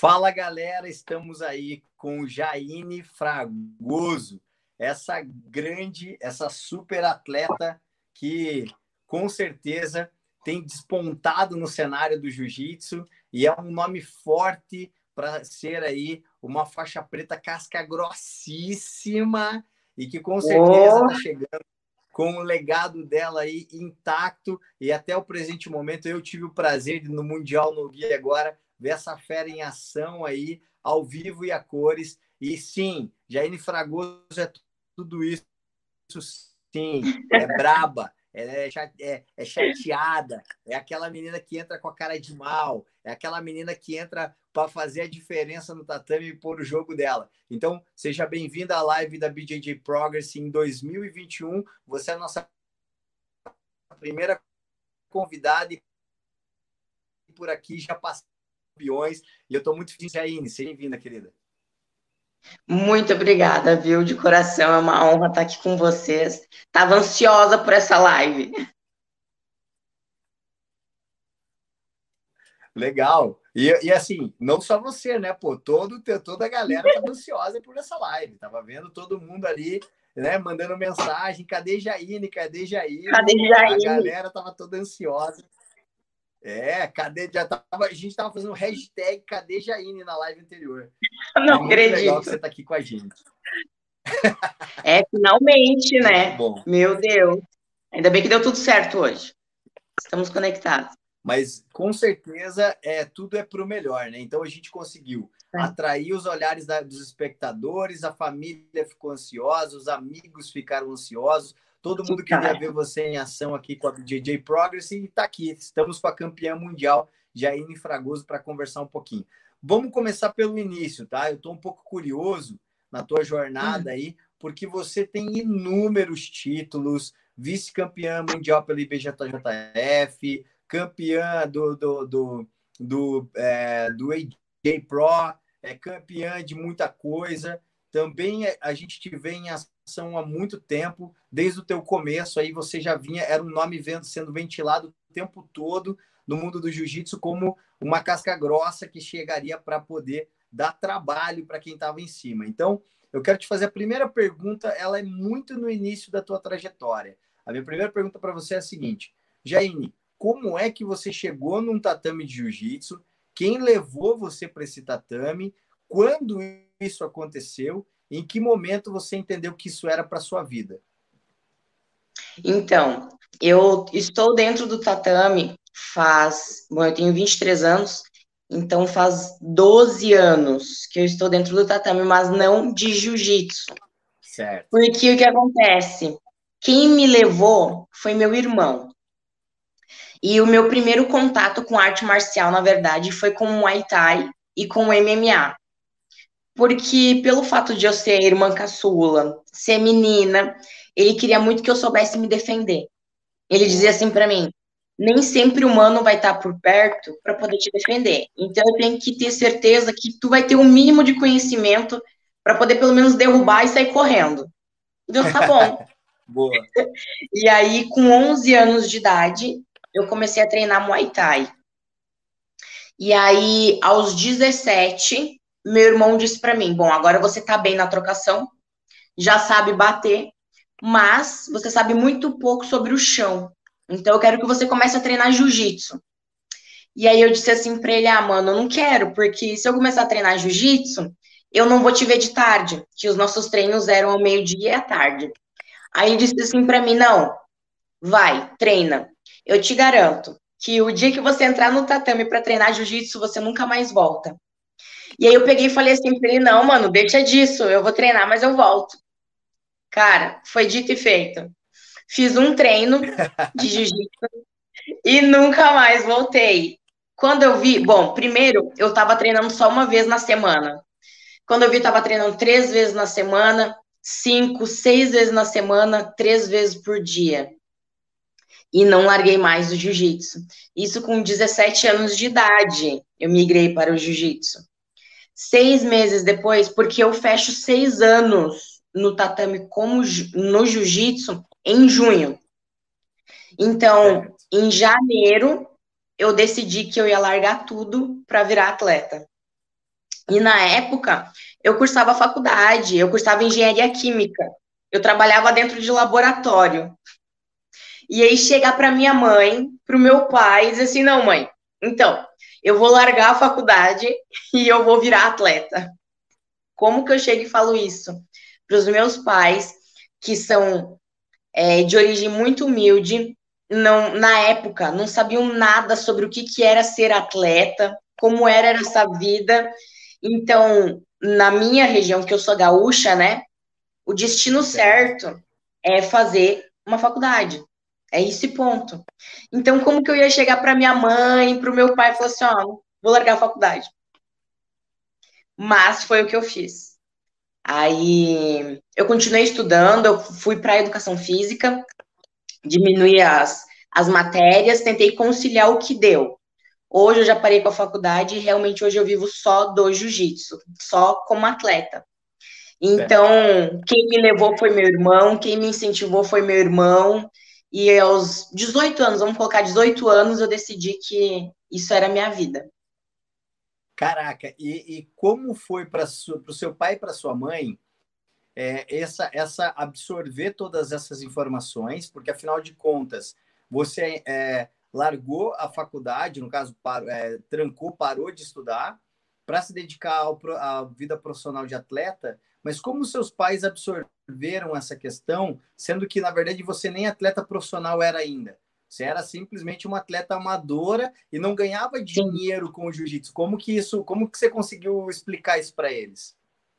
Fala, galera, estamos aí com Jaiane Fragoso, essa super atleta que com certeza tem despontado no cenário do jiu-jitsu e é um nome forte para ser aí uma faixa preta casca grossíssima e que com certeza está chegando com o legado dela aí intacto e até o presente momento. Eu tive o prazer de, no Mundial no Gui agora, ver essa fera em ação aí, ao vivo e a cores. E sim, Jaiane Fragoso é tudo isso, sim. É braba, é chateada, é aquela menina que entra com a cara de mal, é aquela menina que entra para fazer a diferença no tatame e pôr o jogo dela. Então, seja bem-vinda à live da BJJ Progress em 2021. Você é a nossa primeira convidada e por aqui já passou campeões. E eu estou muito feliz, Jaiane. Seja bem-vinda, querida. Muito obrigada, viu? De coração, é uma honra estar aqui com vocês. Estava ansiosa por essa live. Legal. E assim, não só você, né? Pô, toda a galera estava ansiosa por essa live. Tava vendo todo mundo ali, né? Mandando mensagem. Cadê Jaiane? Cadê Jaiane? Cadê Jaiane? A galera tava toda ansiosa. Cadê? A gente tava fazendo hashtag Cadê Jaiane na live anterior. Não muito acredito. legal que você tá aqui com a gente. Finalmente, né? Muito bom. Meu Deus. Ainda bem que deu tudo certo hoje. Estamos conectados. Mas, com certeza, tudo é para o melhor, né? Então, a gente conseguiu atrair os olhares dos espectadores, a família ficou ansiosa, os amigos ficaram ansiosos, todo mundo queria ver você em ação aqui com a BJJ Progress e está aqui. Estamos com a campeã mundial, Jaiane Fragoso, para conversar um pouquinho. Vamos começar pelo início, tá? Eu estou um pouco curioso na tua jornada aí, porque você tem inúmeros títulos, vice-campeã mundial pela IBJJF, campeã do AJ Pro, campeã de muita coisa. Também a gente te vê em ação há muito tempo, desde o teu começo, aí você já vinha, era um nome sendo ventilado o tempo todo no mundo do jiu-jitsu como uma casca grossa que chegaria para poder dar trabalho para quem estava em cima. Então, eu quero te fazer a primeira pergunta, ela é muito no início da tua trajetória. A minha primeira pergunta para você é a seguinte: Jaiane, como é que você chegou num tatame de jiu-jitsu? Quem levou você para esse tatame? Quando isso aconteceu? Em que momento você entendeu que isso era para sua vida? Então, eu estou dentro do tatame eu tenho 23 anos, então faz 12 anos que eu estou dentro do tatame, mas não de jiu-jitsu. Certo. Porque o que acontece? Quem me levou foi meu irmão. E o meu primeiro contato com arte marcial, na verdade, foi com o Muay Thai e com o MMA. Porque pelo fato de eu ser irmã caçula, ser menina, ele queria muito que eu soubesse me defender. Ele dizia assim para mim: nem sempre o humano vai estar por perto para poder te defender. Então eu tenho que ter certeza que tu vai ter o mínimo de conhecimento para poder pelo menos derrubar e sair correndo. Então tá bom. Boa. E aí, com 11 anos de idade, eu comecei a treinar Muay Thai. E aí, aos 17, meu irmão disse para mim: bom, agora você tá bem na trocação, já sabe bater, mas você sabe muito pouco sobre o chão. Então, eu quero que você comece a treinar jiu-jitsu. E aí, eu disse assim pra ele: ah, mano, eu não quero, porque se eu começar a treinar jiu-jitsu, eu não vou te ver de tarde, que os nossos treinos eram ao meio-dia e à tarde. Aí, ele disse assim pra mim: não, vai, treina. Eu te garanto que o dia que você entrar no tatame para treinar jiu-jitsu, você nunca mais volta. E aí eu peguei e falei assim pra ele: não, mano, deixa disso, eu vou treinar, mas eu volto. Cara, foi dito e feito. Fiz um treino de jiu-jitsu e nunca mais voltei. Quando eu vi, bom, primeiro eu tava treinando só uma vez na semana. Quando eu vi, tava treinando 3 vezes na semana, 5, 6 vezes na semana, 3 vezes por dia. E não larguei mais o jiu-jitsu. Isso com 17 anos de idade, eu migrei para o jiu-jitsu. 6 meses depois, porque eu fecho 6 anos no tatame como no jiu-jitsu em junho. Então, em janeiro, eu decidi que eu ia largar tudo para virar atleta. E na época, eu cursava faculdade, eu cursava engenharia química. Eu trabalhava dentro de laboratório. E aí chegar para minha mãe, para o meu pai, e dizer assim: não, mãe, então, eu vou largar a faculdade e eu vou virar atleta. Como que eu chego e falo isso para os meus pais, que são de origem muito humilde, não, na época não sabiam nada sobre o que era ser atleta, como era essa vida. Então, na minha região, que eu sou gaúcha, né, o destino Certo. certo é fazer uma faculdade. É esse ponto. Então, como que eu ia chegar para minha mãe, para o meu pai e falar assim, ó, vou largar a faculdade. Mas foi o que eu fiz. Aí eu continuei estudando, eu fui para a educação física, diminuí as matérias, tentei conciliar o que deu. Hoje eu já parei com a faculdade e realmente hoje eu vivo só do jiu-jitsu, só como atleta. Então, Certo. quem me levou foi meu irmão, quem me incentivou foi meu irmão. E aos 18 anos, vamos colocar 18 anos, eu decidi que isso era a minha vida. Caraca, e como foi para o seu pai e para sua mãe essa absorver todas essas informações, porque afinal de contas você largou a faculdade, no caso trancou, parou de estudar para se dedicar à vida profissional de atleta, mas como seus pais absorveram essa questão, sendo que na verdade você nem atleta profissional era ainda? Você era simplesmente uma atleta amadora e não ganhava Sim. dinheiro com o jiu-jitsu. Como que você conseguiu explicar isso para eles?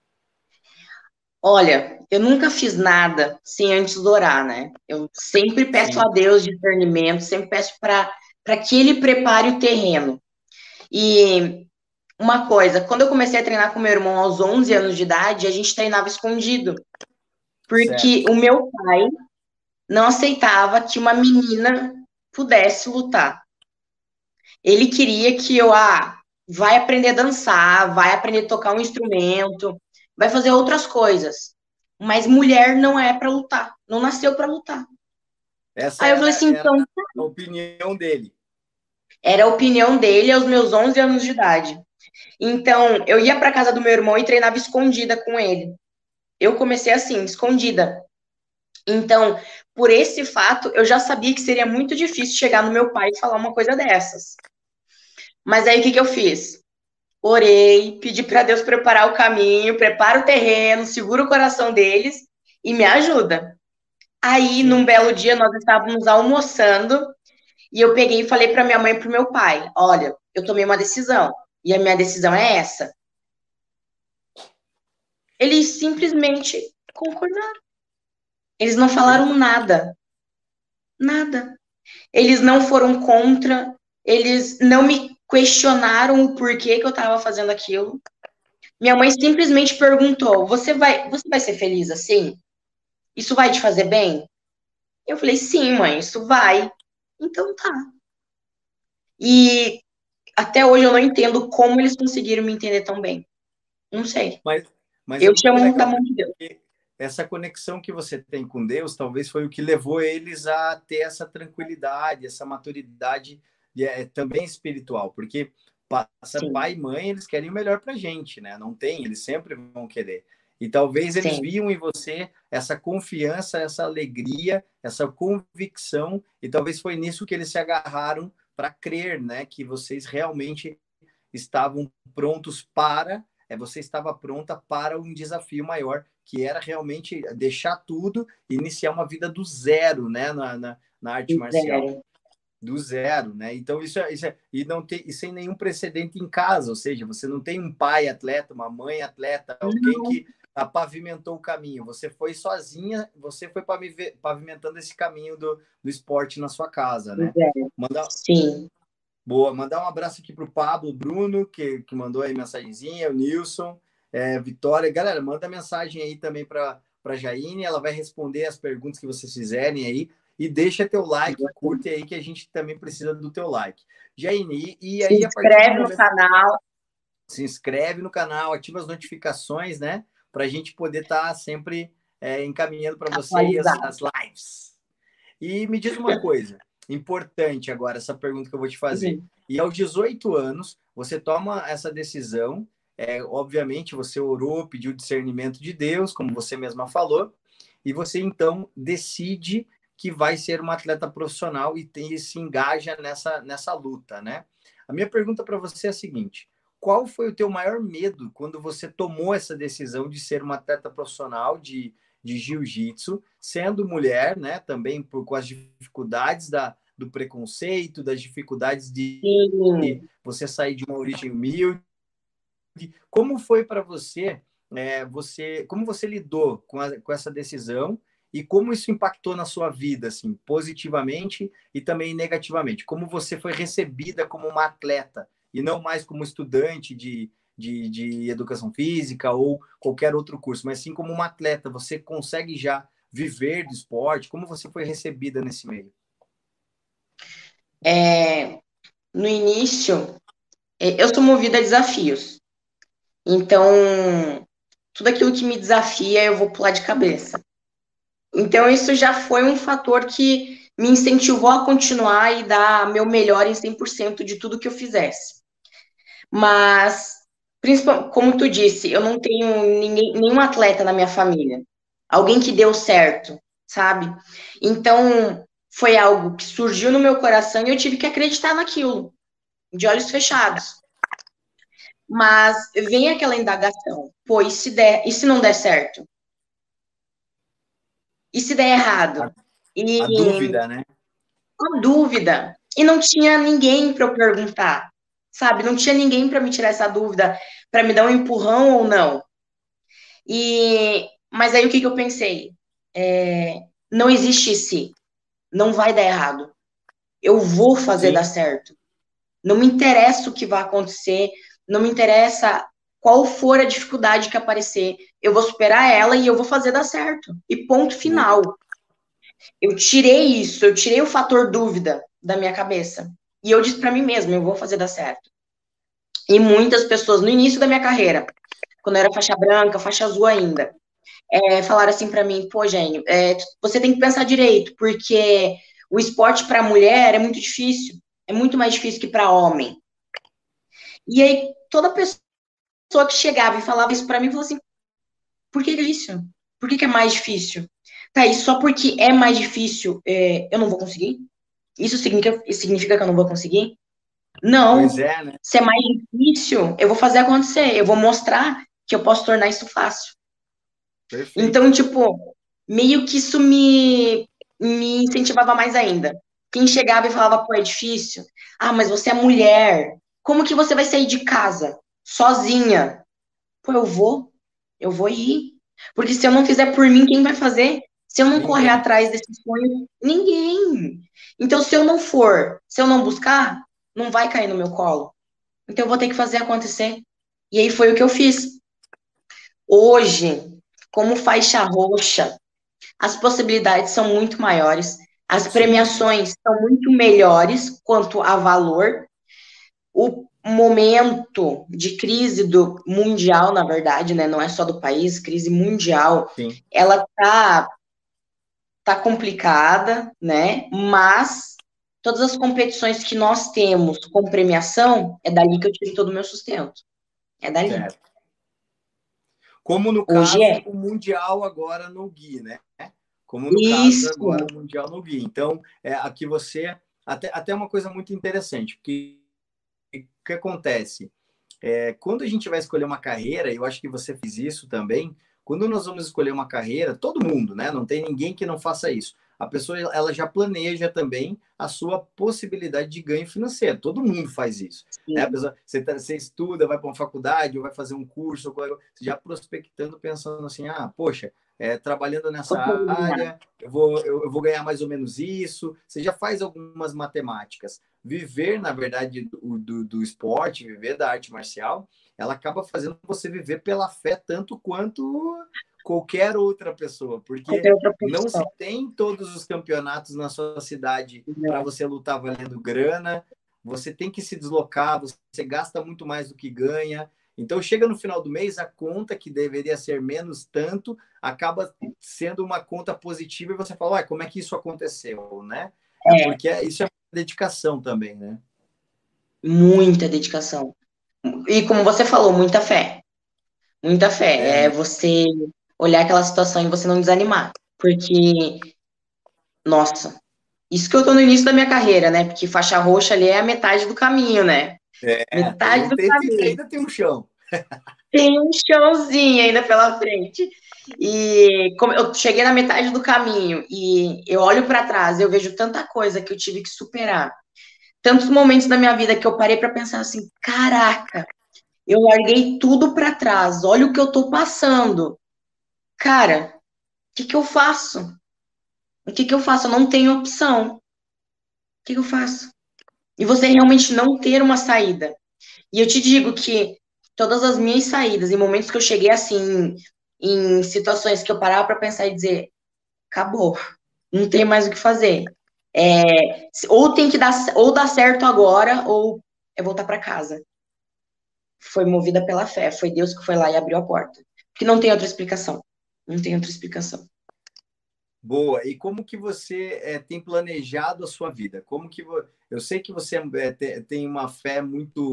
Olha, eu nunca fiz nada sem antes orar, né? Eu sempre peço a Sim, Deus discernimento, sempre peço para que Ele prepare o terreno. E uma coisa, quando eu comecei a treinar com meu irmão aos 11 anos de idade, a gente treinava escondido, porque certo. o meu pai não aceitava que uma menina pudesse lutar. Ele queria que eu, vai aprender a dançar, vai aprender a tocar um instrumento, vai fazer outras coisas. Mas mulher não é para lutar, não nasceu para lutar. Essa Aí eu falei assim, era então, a opinião dele. era a opinião dele aos meus 11 anos de idade. Então, eu ia para casa do meu irmão e treinava escondida com ele. Eu comecei assim, escondida. Então, por esse fato, eu já sabia que seria muito difícil chegar no meu pai e falar uma coisa dessas. Mas aí o que eu fiz? Orei, pedi para Deus preparar o caminho, prepara o terreno, segura o coração deles e me ajuda. Aí, num Sim. belo dia, nós estávamos almoçando e eu peguei e falei para minha mãe e para o meu pai: olha, eu tomei uma decisão e a minha decisão é essa. Eles simplesmente concordaram. Eles não Eles, falaram nada, nada. Eles não foram contra, eles não me questionaram o porquê que eu estava fazendo aquilo. Minha mãe simplesmente perguntou: você vai ser feliz assim? Isso vai te fazer bem? Eu falei: sim, mãe, isso vai. Então tá. E até hoje eu não entendo como eles conseguiram me entender tão bem. Não sei. mas, mas é Eu muito chamo da legal, mão de Deus. porque essa conexão que você tem com Deus talvez foi o que levou eles a ter essa tranquilidade, essa maturidade também espiritual, porque passa Sim, pai e mãe, eles querem o melhor para a gente, né? Não tem, eles sempre vão querer. E talvez eles sim. viam em você essa confiança, essa alegria, essa convicção, e talvez foi nisso que eles se agarraram para crer, né? Que vocês realmente estavam prontos você estava pronta para um desafio maior, que era realmente deixar tudo e iniciar uma vida do zero, né, na arte marcial. Zero. Do zero, né? Então, e não tem, e sem nenhum precedente em casa, ou seja, você não tem um pai atleta, uma mãe atleta, alguém Não, que pavimentou o caminho. Você foi sozinha, você foi pavimentando esse caminho do esporte na sua casa, né? zero. Manda, Sim. Boa, mandar um abraço aqui para o Pablo, Bruno, que mandou aí mensagenzinha, o Nilson, Vitória. Galera, manda mensagem aí também para a Jaine, ela vai responder as perguntas que vocês fizerem aí. E deixa teu like, curte aí que a gente também precisa do teu like. Jaine, e Se aí a partir do inscreve no momento canal, se inscreve no canal, ativa as notificações, né? Para a gente poder estar sempre encaminhando para você aí atualizar. as lives. E me diz uma coisa, importante agora, essa pergunta que eu vou te fazer. Uhum. E aos 18 anos, você toma essa decisão, obviamente, você orou, pediu discernimento de Deus, como você mesma falou, e você, então, decide que vai ser uma atleta profissional e se engaja nessa luta, né? A minha pergunta para você é a seguinte: qual foi o teu maior medo quando você tomou essa decisão de ser uma atleta profissional de jiu-jitsu, sendo mulher, né? Também com as dificuldades do preconceito, das dificuldades de Sim. você sair de uma origem humilde. Como foi para você, como você lidou com essa decisão e como isso impactou na sua vida, assim, positivamente e também negativamente? Como você foi recebida como uma atleta e não mais como estudante de educação física ou qualquer outro curso, mas sim como uma atleta? Você consegue já viver do esporte? Como você foi recebida nesse meio? No início, eu sou movida a desafios. Então, tudo aquilo que me desafia, eu vou pular de cabeça. Então, isso já foi um fator que me incentivou a continuar e dar meu melhor em 100% de tudo que eu fizesse. Mas, como tu disse, eu não tenho nenhum atleta na minha família. Alguém que deu certo, sabe? Então, foi algo que surgiu no meu coração e eu tive que acreditar naquilo, de olhos fechados. Mas vem aquela indagação, pô, e se não der certo? E se der errado? A E dúvida, né? com dúvida. E não tinha ninguém para eu perguntar, sabe? Não tinha ninguém para me tirar essa dúvida, para me dar um empurrão ou não. Mas aí o que eu pensei? Não existe se, não vai dar errado. Eu vou fazer dar Sim. certo. Não me interessa o que vai acontecer, não me interessa qual for a dificuldade que aparecer, eu vou superar ela e eu vou fazer dar certo. E ponto final. Eu tirei isso, eu tirei o fator dúvida da minha cabeça. E eu disse para mim mesma, eu vou fazer dar certo. E muitas pessoas, no início da minha carreira, quando eu era faixa branca, faixa azul ainda, falaram assim para mim, pô, Gênio, você tem que pensar direito, porque o esporte para mulher é muito difícil, é muito mais difícil que para homem. E aí, toda pessoa que chegava e falava isso para mim, falou assim, por que é isso? Por que é mais difícil? Tá, e só porque é mais difícil, eu não vou conseguir? Isso significa que eu não vou conseguir? Pois Não. é, né? Se é mais difícil, eu vou fazer acontecer. Eu vou mostrar que eu posso tornar isso fácil. Perfeito. Então, tipo, meio que isso me incentivava mais ainda. Quem chegava e falava, pô, é difícil. Ah, mas você é mulher. Como que você vai sair de casa sozinha? Pô, eu vou ir. Porque se eu não fizer por mim, quem vai fazer? Se eu não correr Ninguém. atrás desse sonho, ninguém. Então, se eu não for, se eu não buscar, não vai cair no meu colo. Então, eu vou ter que fazer acontecer. E aí foi o que eu fiz. Hoje, como faixa roxa, as possibilidades são muito maiores, as Sim. premiações são muito melhores quanto a valor. O momento de crise do mundial, na verdade, né, não é só do país, crise mundial, Sim. ela tá complicada, né? Mas todas as competições que nós temos com premiação, é dali que eu tiro todo o meu sustento. É dali. Certo. Como no Hoje caso é. o Mundial agora no Gui, né? Como no caso Isso. agora o Mundial no Gui. Então, aqui você. Até uma coisa muito interessante, porque o que acontece? Quando a gente vai escolher uma carreira, eu acho que você fez isso também. Quando nós vamos escolher uma carreira, todo mundo, né? Não tem ninguém que não faça isso. A pessoa ela já planeja também a sua possibilidade de ganho financeiro. Todo mundo faz isso. Né? A Sim. pessoa, você estuda, vai para uma faculdade, ou vai fazer um curso, você já prospectando, pensando assim, poxa, trabalhando nessa Consegue ganhar. área, eu vou ganhar mais ou menos isso. Você já faz algumas matemáticas. Viver, na verdade, do esporte, viver da arte marcial, ela acaba fazendo você viver pela fé tanto quanto qualquer outra pessoa, porque Qualquer outra não se profissão. tem todos os campeonatos na sua cidade para você lutar valendo grana, você tem que se deslocar, você gasta muito mais do que ganha. Então, chega no final do mês, a conta que deveria ser menos tanto, acaba sendo uma conta positiva e você fala, ué, como é que isso aconteceu, né? É, Porque isso é dedicação também, né? muita dedicação. E como você falou, muita fé. Muita É, fé. É né? você olhar aquela situação e você não desanimar. Porque, nossa, isso que eu tô no início da minha carreira, né? Porque faixa roxa ali é a metade do caminho, né? É, Metade do caminho. ainda tem um chão. Tem um chãozinho ainda pela frente. E como eu cheguei na metade do caminho e eu olho para trás, eu vejo tanta coisa que eu tive que superar. Tantos momentos da minha vida que eu parei para pensar assim, caraca, eu larguei tudo para trás. Olha o que eu tô passando. Cara, o que que eu faço? O que que eu faço? Eu não tenho opção. O que que eu faço? E você realmente não ter uma saída. E eu te digo que todas as minhas saídas, em momentos que eu cheguei assim, em situações que eu parava para pensar e dizer, acabou, não tem mais o que fazer. Ou tem que dar, ou dá certo agora, ou é voltar para casa. Foi movida pela fé, foi Deus que foi lá e abriu a porta. Porque não tem outra explicação. Não tem outra explicação. Boa. E como que você tem planejado a sua vida? Eu sei que você tem uma fé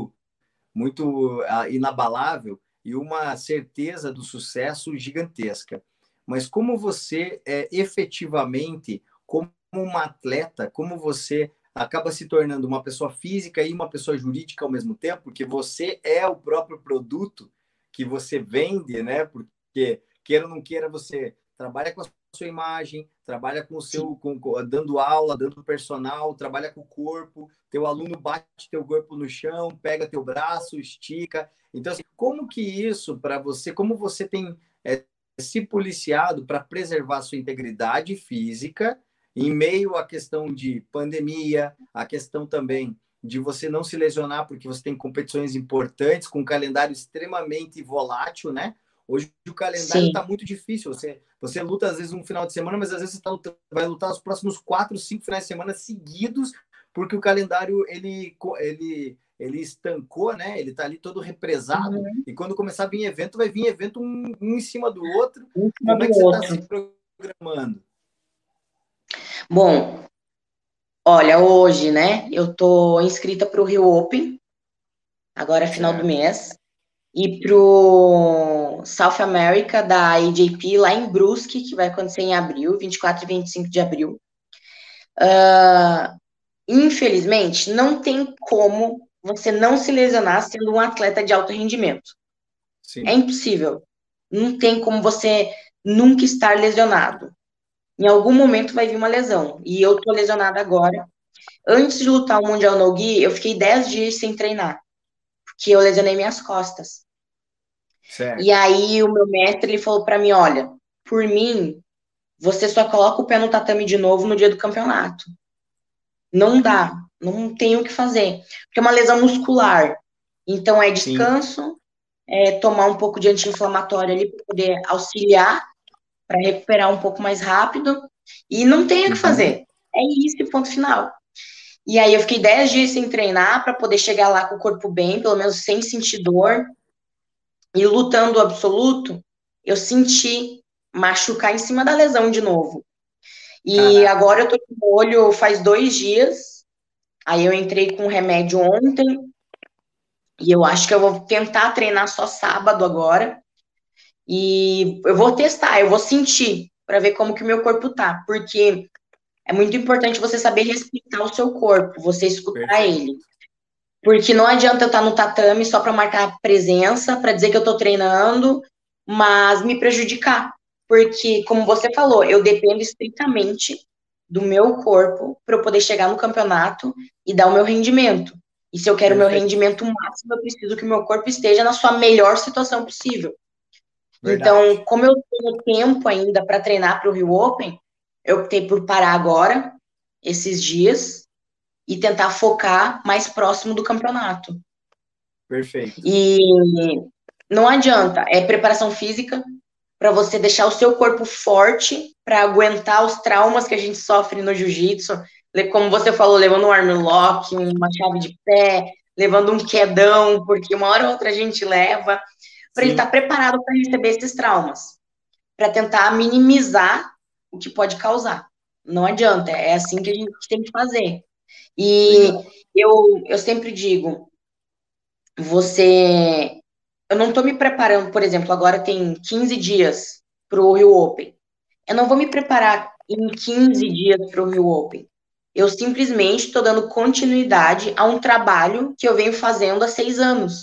muito inabalável e uma certeza do sucesso gigantesca. Mas como você efetivamente, como uma atleta, como você acaba se tornando uma pessoa física e uma pessoa jurídica ao mesmo tempo, porque você é o próprio produto que você vende, né? Porque queira ou não queira, você trabalha com a sua imagem, trabalha com o Sim. seu, dando aula, dando personal, trabalha com o corpo, teu aluno bate teu corpo no chão, pega teu braço, estica. Então, assim, como que isso para você, como você tem se policiado para preservar sua integridade física em meio à questão de pandemia, a questão também de você não se lesionar porque você tem competições importantes com um calendário extremamente volátil, né? Hoje o calendário está Sim. muito difícil. Você luta às vezes um final de semana, mas às vezes você vai lutar os próximos 4, 5 finais de semana seguidos, porque o calendário ele estancou, né? Ele está ali todo represado. Uhum. E quando começar a vir evento, vai vir evento um em cima do outro. Um em cima Como é do que você está outro. se programando? Bom, olha, hoje, né, eu tô inscrita para o Rio Open, agora é final do Certo, mês, e pro South America da AJP lá em Brusque, que vai acontecer em abril, 24 e 25 de abril. Infelizmente, não tem como você não se lesionar sendo um atleta de alto rendimento. É sim. impossível. Não tem como você nunca estar lesionado. Em algum momento vai vir uma lesão. E eu tô lesionada agora. Antes de lutar o Mundial No Gi, eu fiquei 10 dias sem treinar, porque eu lesionei minhas costas. E Certo. aí o meu mestre ele falou pra mim, olha, por mim, você só coloca o pé no tatame de novo no dia do campeonato. Não dá, não tem o que fazer. Porque é uma lesão muscular. Então é Sim. descanso, é tomar um pouco de anti-inflamatório ali para poder auxiliar, para recuperar um pouco mais rápido. E não tem o que Uhum. fazer. É isso, ponto final. E aí eu fiquei 10 dias sem treinar para poder chegar lá com o corpo bem, pelo menos sem sentir dor. E lutando absoluto, eu senti machucar em cima da lesão de novo. E Caraca. agora eu tô com o olho faz 2 dias. Aí eu entrei com remédio ontem. E eu acho que eu vou tentar treinar só sábado agora. E eu vou testar, eu vou sentir para ver como que o meu corpo tá. Porque é muito importante você saber respeitar o seu corpo, você escutar Perfeito. ele. Porque não adianta eu estar no tatame só para marcar presença, para dizer que eu estou treinando, mas me prejudicar. Porque, como você falou, eu dependo estritamente do meu corpo para eu poder chegar no campeonato e dar o meu rendimento. E se eu quero o meu Perfeito. rendimento máximo, eu preciso que o meu corpo esteja na sua melhor situação possível. Então, Verdade. como eu tenho tempo ainda para treinar para o Rio Open, eu optei por parar agora, esses dias, e tentar focar mais próximo do campeonato. Perfeito. E não adianta, é preparação física para você deixar o seu corpo forte para aguentar os traumas que a gente sofre no jiu-jitsu, como você falou, levando um armlock, uma chave de pé, levando um quedão, porque uma hora ou outra a gente leva, para ele estar Sim. preparado para receber esses traumas, para tentar minimizar o que pode causar. Não adianta, é assim que a gente tem que fazer. E Legal. eu sempre digo, você... Eu não tô me preparando, por exemplo, agora tem 15 dias pro Rio Open. Eu não vou me preparar em 15 dias pro Rio Open. Eu simplesmente estou dando continuidade a um trabalho que eu venho fazendo há 6 anos.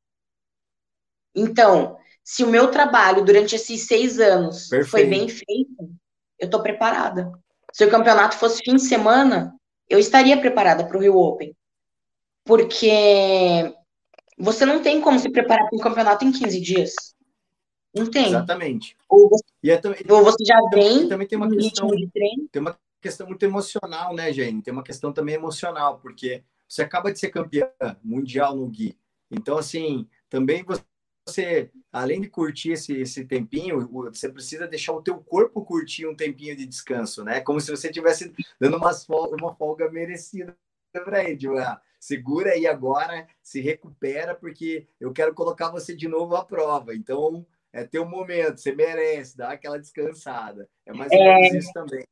Então, se o meu trabalho durante esses 6 anos foi bem Perfeito. feito, eu estou preparada. Se o campeonato fosse fim de semana, eu estaria preparada para o Rio Open. Porque você não tem como se preparar para um campeonato em 15 dias. Não tem. Exatamente. Ou você, E, é, ou você já e vem também no ritmo de treino. tem uma questão muito emocional, né, Jane? Tem uma questão também emocional, porque você acaba de ser campeã mundial no Gui. Então, assim, também você, além de curtir esse tempinho, você precisa deixar o teu corpo curtir um tempinho de descanso, né? Como se você estivesse dando uma folga merecida para ele. Tipo, segura aí agora, se recupera, porque eu quero colocar você de novo à prova. Então, é teu momento, você merece, dá aquela descansada. É mais ou menos É, isso também.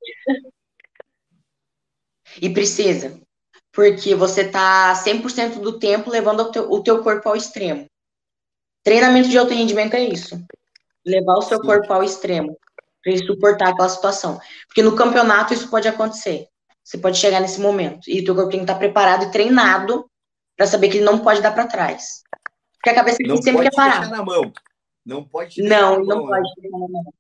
e precisa. Porque você está 100% do tempo levando o teu corpo ao extremo. Treinamento de alto rendimento é isso. Levar o seu Sim, corpo ao extremo. Para ele suportar aquela situação. Porque no campeonato isso pode acontecer. Você pode chegar nesse momento. E o teu corpo tem que estar preparado e treinado para saber que ele não pode dar para trás. Porque a cabeça aqui não sempre pode quer te parar. deixar na mão. Não pode te deixar Não, na ele não mão, né? pode. Não.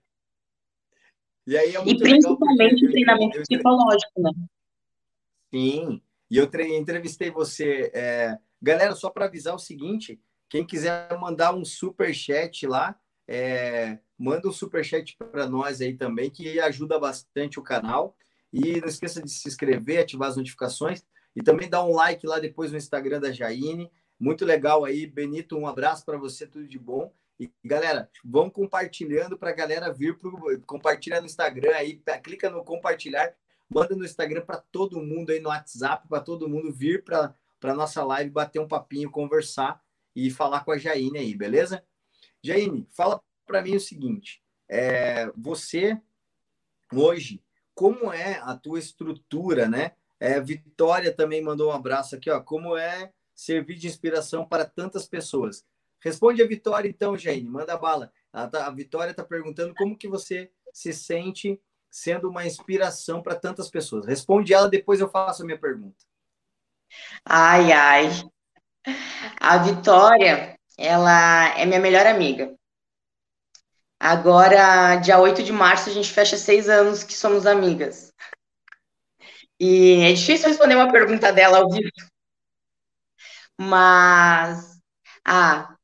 E aí é E muito legal porque principalmente o treinamento psicológico, né? sim, e eu entrevistei você. Galera, só para avisar o seguinte: quem quiser mandar um super chat lá, manda um super chat para nós aí também, que ajuda bastante o canal. E não esqueça de se inscrever, ativar as notificações e também dar um like lá depois no Instagram da Jaine. Muito legal aí, Benito. Um abraço para você, tudo de bom. E galera, vão compartilhando para a galera vir compartilha no Instagram aí, clica no compartilhar, manda no Instagram para todo mundo aí no WhatsApp, para todo mundo vir para nossa live, bater um papinho, conversar e falar com a Jaine aí, beleza? Jaine, fala para mim o seguinte: você hoje, como é a tua estrutura, né? Vitória também mandou um abraço aqui, ó. Como é servir de inspiração para tantas pessoas? Responde a Vitória, então, Jaine, manda bala. A Vitória está perguntando como que você se sente sendo uma inspiração para tantas pessoas. Responde ela, depois eu faço a minha pergunta. Ai, ai. A Vitória, ela é minha melhor amiga. Agora, dia 8 de março, a gente fecha 6 anos que somos amigas. E é difícil responder uma pergunta dela ao vivo, mas. Ah,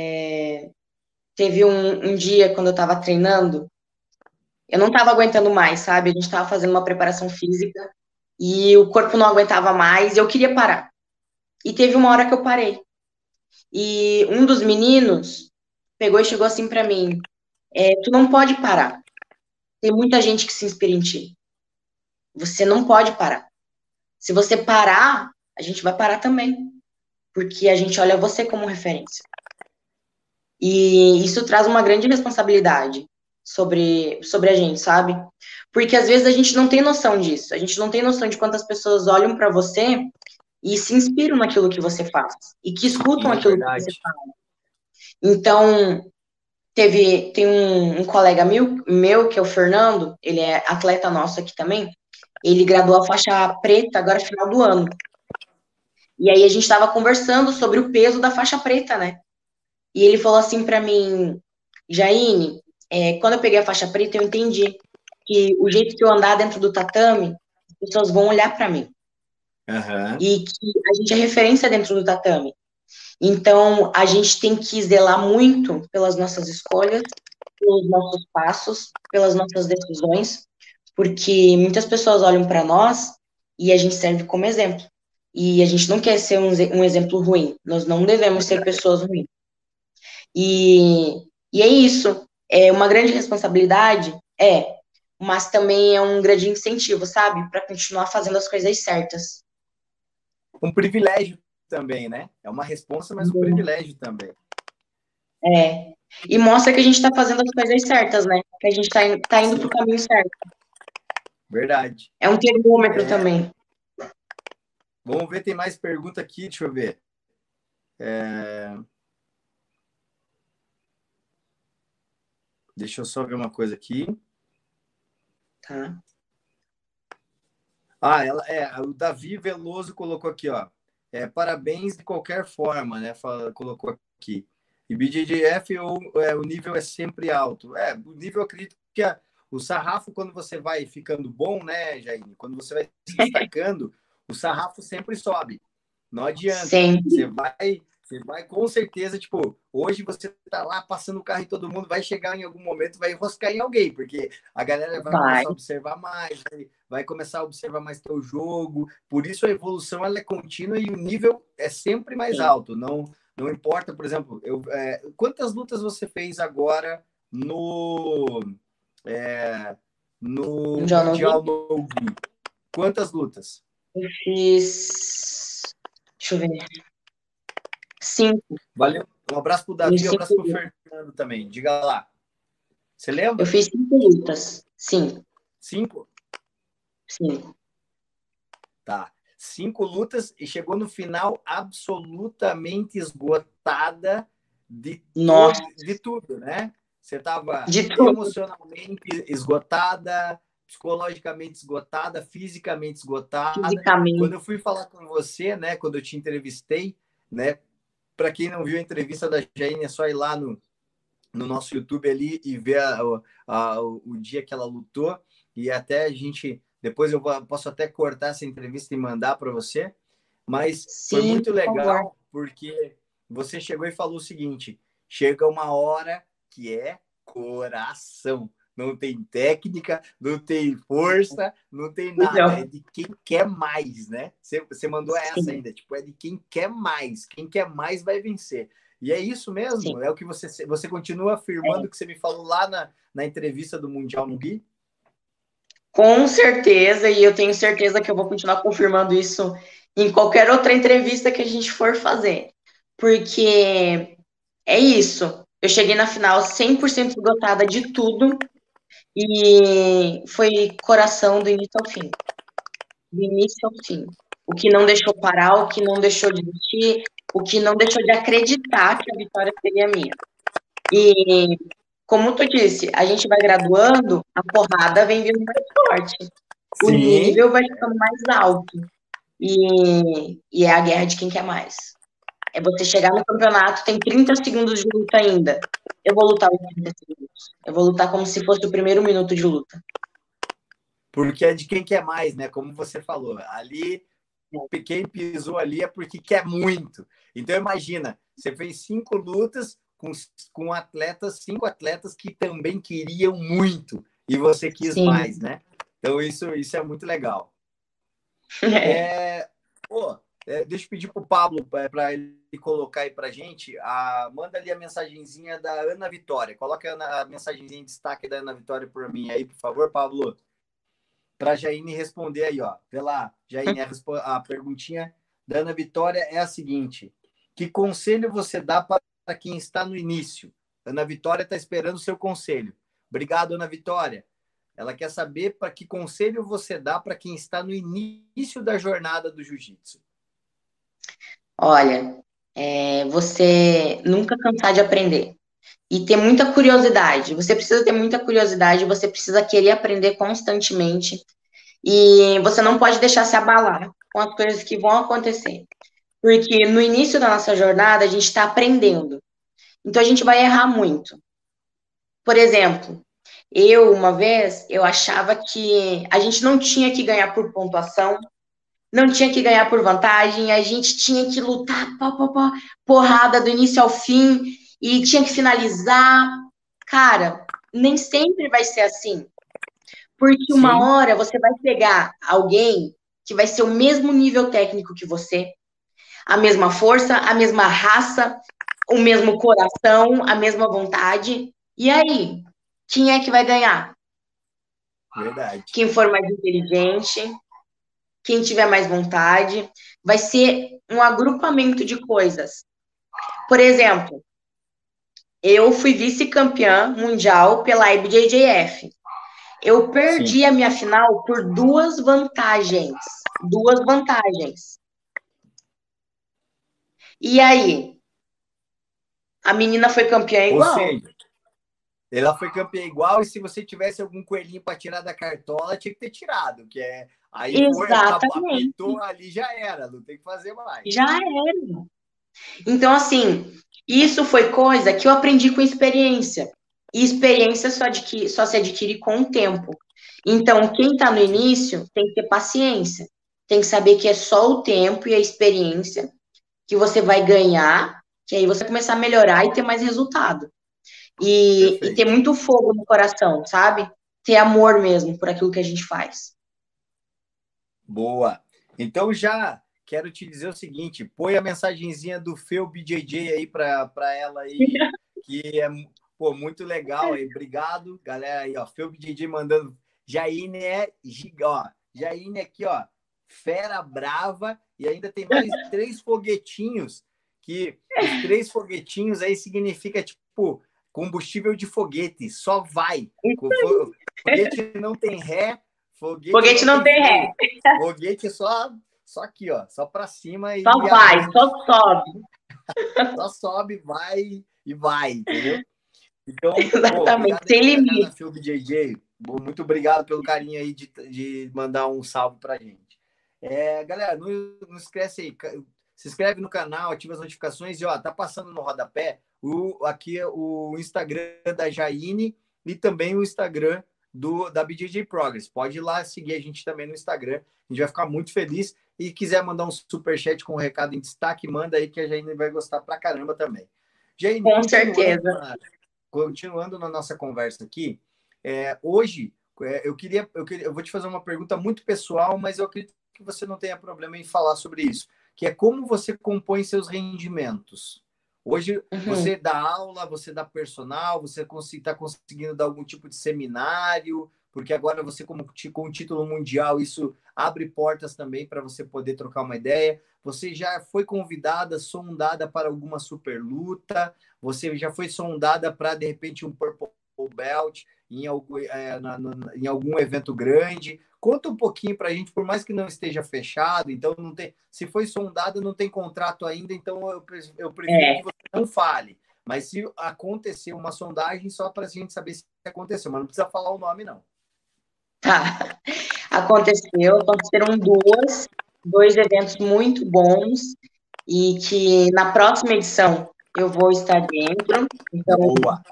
teve um dia quando eu tava treinando, eu não tava aguentando mais, sabe? A gente tava fazendo uma preparação física e o corpo não aguentava mais e eu queria parar. E teve uma hora que eu parei. E um dos meninos pegou e chegou assim pra mim: tu não pode parar. Tem muita gente que se inspira em ti. Você não pode parar. Se você parar, a gente vai parar também, porque a gente olha você como referência. E isso traz uma grande responsabilidade sobre a gente, sabe? Porque às vezes a gente não tem noção disso. A gente não tem noção de quantas pessoas olham para você e se inspiram naquilo que você faz e que escutam Sim, aquilo que você verdade. faz. Então, tem um colega meu, que é o Fernando, ele é atleta nosso aqui também. Ele graduou a faixa preta agora final do ano. E aí a gente estava conversando sobre o peso da faixa preta, né? E ele falou assim para mim: Jaine, quando eu peguei a faixa preta, eu entendi que o jeito que eu andar dentro do tatame, as pessoas vão olhar para mim. Aham. E que a gente é referência dentro do tatame. Então, a gente tem que zelar muito pelas nossas escolhas, pelos nossos passos, pelas nossas decisões, porque muitas pessoas olham para nós e a gente serve como exemplo. E a gente não quer ser um exemplo ruim. Nós não devemos ser pessoas ruins. E é isso. É uma grande responsabilidade? Mas também é um grande incentivo, sabe? Para continuar fazendo as coisas certas. Um privilégio também, né? É uma responsa, mas um privilégio também. É. E mostra que a gente está fazendo as coisas certas, né? Que a gente tá indo para o caminho certo. Verdade. É um termômetro também. Vamos ver, tem mais pergunta aqui, deixa eu ver. Deixa eu só ver uma coisa aqui. Tá. O Davi Veloso colocou aqui, ó. Parabéns de qualquer forma, né? Colocou aqui. E BJJF o nível é sempre alto. O nível, eu acredito que o sarrafo, quando você vai ficando bom, né, Jair? Quando você vai se destacando, o sarrafo sempre sobe. Não adianta. Sempre. Você vai com certeza, tipo, hoje você tá lá passando o carro em todo mundo, vai chegar em algum momento, vai enroscar em alguém, porque a galera vai começar a observar mais, vai começar a observar mais teu jogo. Por isso a evolução ela é contínua e o nível é sempre mais alto. Não importa, por exemplo, quantas lutas você fez agora no Mundial no Gi? Quantas lutas? Eu fiz. Deixa eu ver. 5. Valeu. Um abraço pro Davi, um abraço pro Fernando também. Diga lá. Você lembra? Eu fiz 5 lutas. 5. 5? 5. Tá. 5 lutas e chegou no final absolutamente esgotada de tudo, né? Você estava emocionalmente esgotada, psicologicamente esgotada, fisicamente esgotada. Quando eu fui falar com você, né? Quando eu te entrevistei, né? Para quem não viu a entrevista da Jaine, é só ir lá no nosso YouTube ali e ver o dia que ela lutou. E até a gente... Depois eu posso até cortar essa entrevista e mandar para você. Mas foi muito legal, porque você chegou e falou o seguinte: chega uma hora que é coração. Não tem técnica, não tem força, não tem nada. É de quem quer mais, né? Você mandou essa ainda. Tipo, é de quem quer mais. Quem quer mais vai vencer. E é isso mesmo? Sim. É o que você continua afirmando que você me falou lá na entrevista do Mundial no Gui? Com certeza, e eu tenho certeza que eu vou continuar confirmando isso em qualquer outra entrevista que a gente for fazer. Porque é isso. Eu cheguei na final 100% esgotada de tudo e foi coração do início ao fim. Do início ao fim. O que não deixou parar, o que não deixou de desistir, o que não deixou de acreditar que a vitória seria minha. E, como tu disse, a gente vai graduando, a porrada vem vindo mais forte. O Sim. nível vai ficando mais alto. E é a guerra de quem quer mais. É você chegar no campeonato, tem 30 segundos de luta ainda. Eu vou lutar os 30 segundos. Eu vou lutar como se fosse o primeiro minuto de luta. Porque é de quem quer mais, né? Como você falou. Ali, quem pisou ali é porque quer muito. Então, imagina, você fez 5 lutas com 5 atletas que também queriam muito. E você quis mais, né? Então, isso é muito legal. Deixa eu pedir para o Pablo para ele colocar aí para a gente. Manda ali a mensagenzinha da Ana Vitória. Coloca a mensagenzinha em destaque da Ana Vitória para mim aí, por favor, Pablo. Para a Jaine responder aí, ó. Vê lá, Jaine, a perguntinha da Ana Vitória é a seguinte: que conselho você dá para quem está no início? Ana Vitória está esperando o seu conselho. Obrigado, Ana Vitória. Ela quer saber para que conselho você dá para quem está no início da jornada do jiu-jitsu. Olha, você nunca cansar de aprender. E ter muita curiosidade. Você precisa ter muita curiosidade, você precisa querer aprender constantemente. E você não pode deixar se abalar com as coisas que vão acontecer. Porque no início da nossa jornada, a gente está aprendendo. Então, a gente vai errar muito. Por exemplo, uma vez, eu achava que a gente não tinha que ganhar por pontuação, não tinha que ganhar por vantagem, a gente tinha que lutar, porrada do início ao fim, e tinha que finalizar. Cara, nem sempre vai ser assim. Porque uma hora você vai pegar alguém que vai ser o mesmo nível técnico que você, a mesma força, a mesma raça, o mesmo coração, a mesma vontade. E aí, quem é que vai ganhar? Verdade. Quem for mais inteligente, quem tiver mais vontade. Vai ser um agrupamento de coisas. Por exemplo, eu fui vice-campeã mundial pela IBJJF. Eu perdi a minha final por 2 vantagens. 2 vantagens. E aí? A menina foi campeã Ou igual? seja, ela foi campeã igual, e se você tivesse algum coelhinho para tirar da cartola, tinha que ter tirado, que é aí foi, acabou, Exatamente. apitou ali, já era, não tem que fazer mais. Já era. Então, assim, isso foi coisa que eu aprendi com experiência. E experiência só se adquire com o tempo. Então, quem está no Sim, início tem que ter paciência. Tem que saber que é só o tempo e a experiência que você vai ganhar, que aí você vai começar a melhorar e ter mais resultado. E ter perfeito. muito fogo no coração, sabe? Ter amor mesmo por aquilo que a gente faz. Boa. Então já quero te dizer o seguinte, põe a mensagenzinha do Feu BJJ aí para ela aí, que é pô, muito legal aí. Obrigado, galera aí, ó. Feu BJJ mandando. Jaine é giga, ó. Jaine aqui, ó. Fera brava. E ainda tem mais 3 foguetinhos, que os 3 foguetinhos aí significa, tipo, combustível de foguete. Só vai. Foguete não tem ré, foguete Foguete não não tem tem ré, freio. Foguete só aqui, ó, só para cima só e vai, só avante. sobe. Só sobe, vai e vai, entendeu? Então, pô, Exatamente, obrigado aí, sem galera da limite. Philby JJ. Muito obrigado pelo carinho aí de mandar um salve pra gente. Galera, não esquece aí, se inscreve no canal, ativa as notificações e, ó, tá passando no rodapé aqui é o Instagram da Jaine e também o Instagram da BJJ Progress. Pode ir lá seguir a gente também no Instagram. A gente vai ficar muito feliz. E quiser mandar um superchat com um recado em destaque, manda aí que a Jaine vai gostar pra caramba também. Jaine, Com certeza. continuando na nossa conversa aqui, hoje eu vou te fazer uma pergunta muito pessoal, mas eu acredito que você não tenha problema em falar sobre isso, que é como você compõe seus rendimentos. Hoje Uhum. você dá aula, você dá personal, você está conseguindo dar algum tipo de seminário, porque agora você, com o título mundial, isso abre portas também para você poder trocar uma ideia. Você já foi convidada, sondada para alguma super luta? Você já foi sondada para, de repente, um Purple Belt em algum evento grande? Conta um pouquinho para a gente, por mais que não esteja fechado, então não tem. Se foi sondada, não tem contrato ainda, então eu prefiro que É, você não fale. Mas se acontecer uma sondagem, só para a gente saber se aconteceu, mas não precisa falar o nome, não. tá. Aconteceram dois eventos muito bons e que na próxima edição eu vou estar dentro. Então, Boa.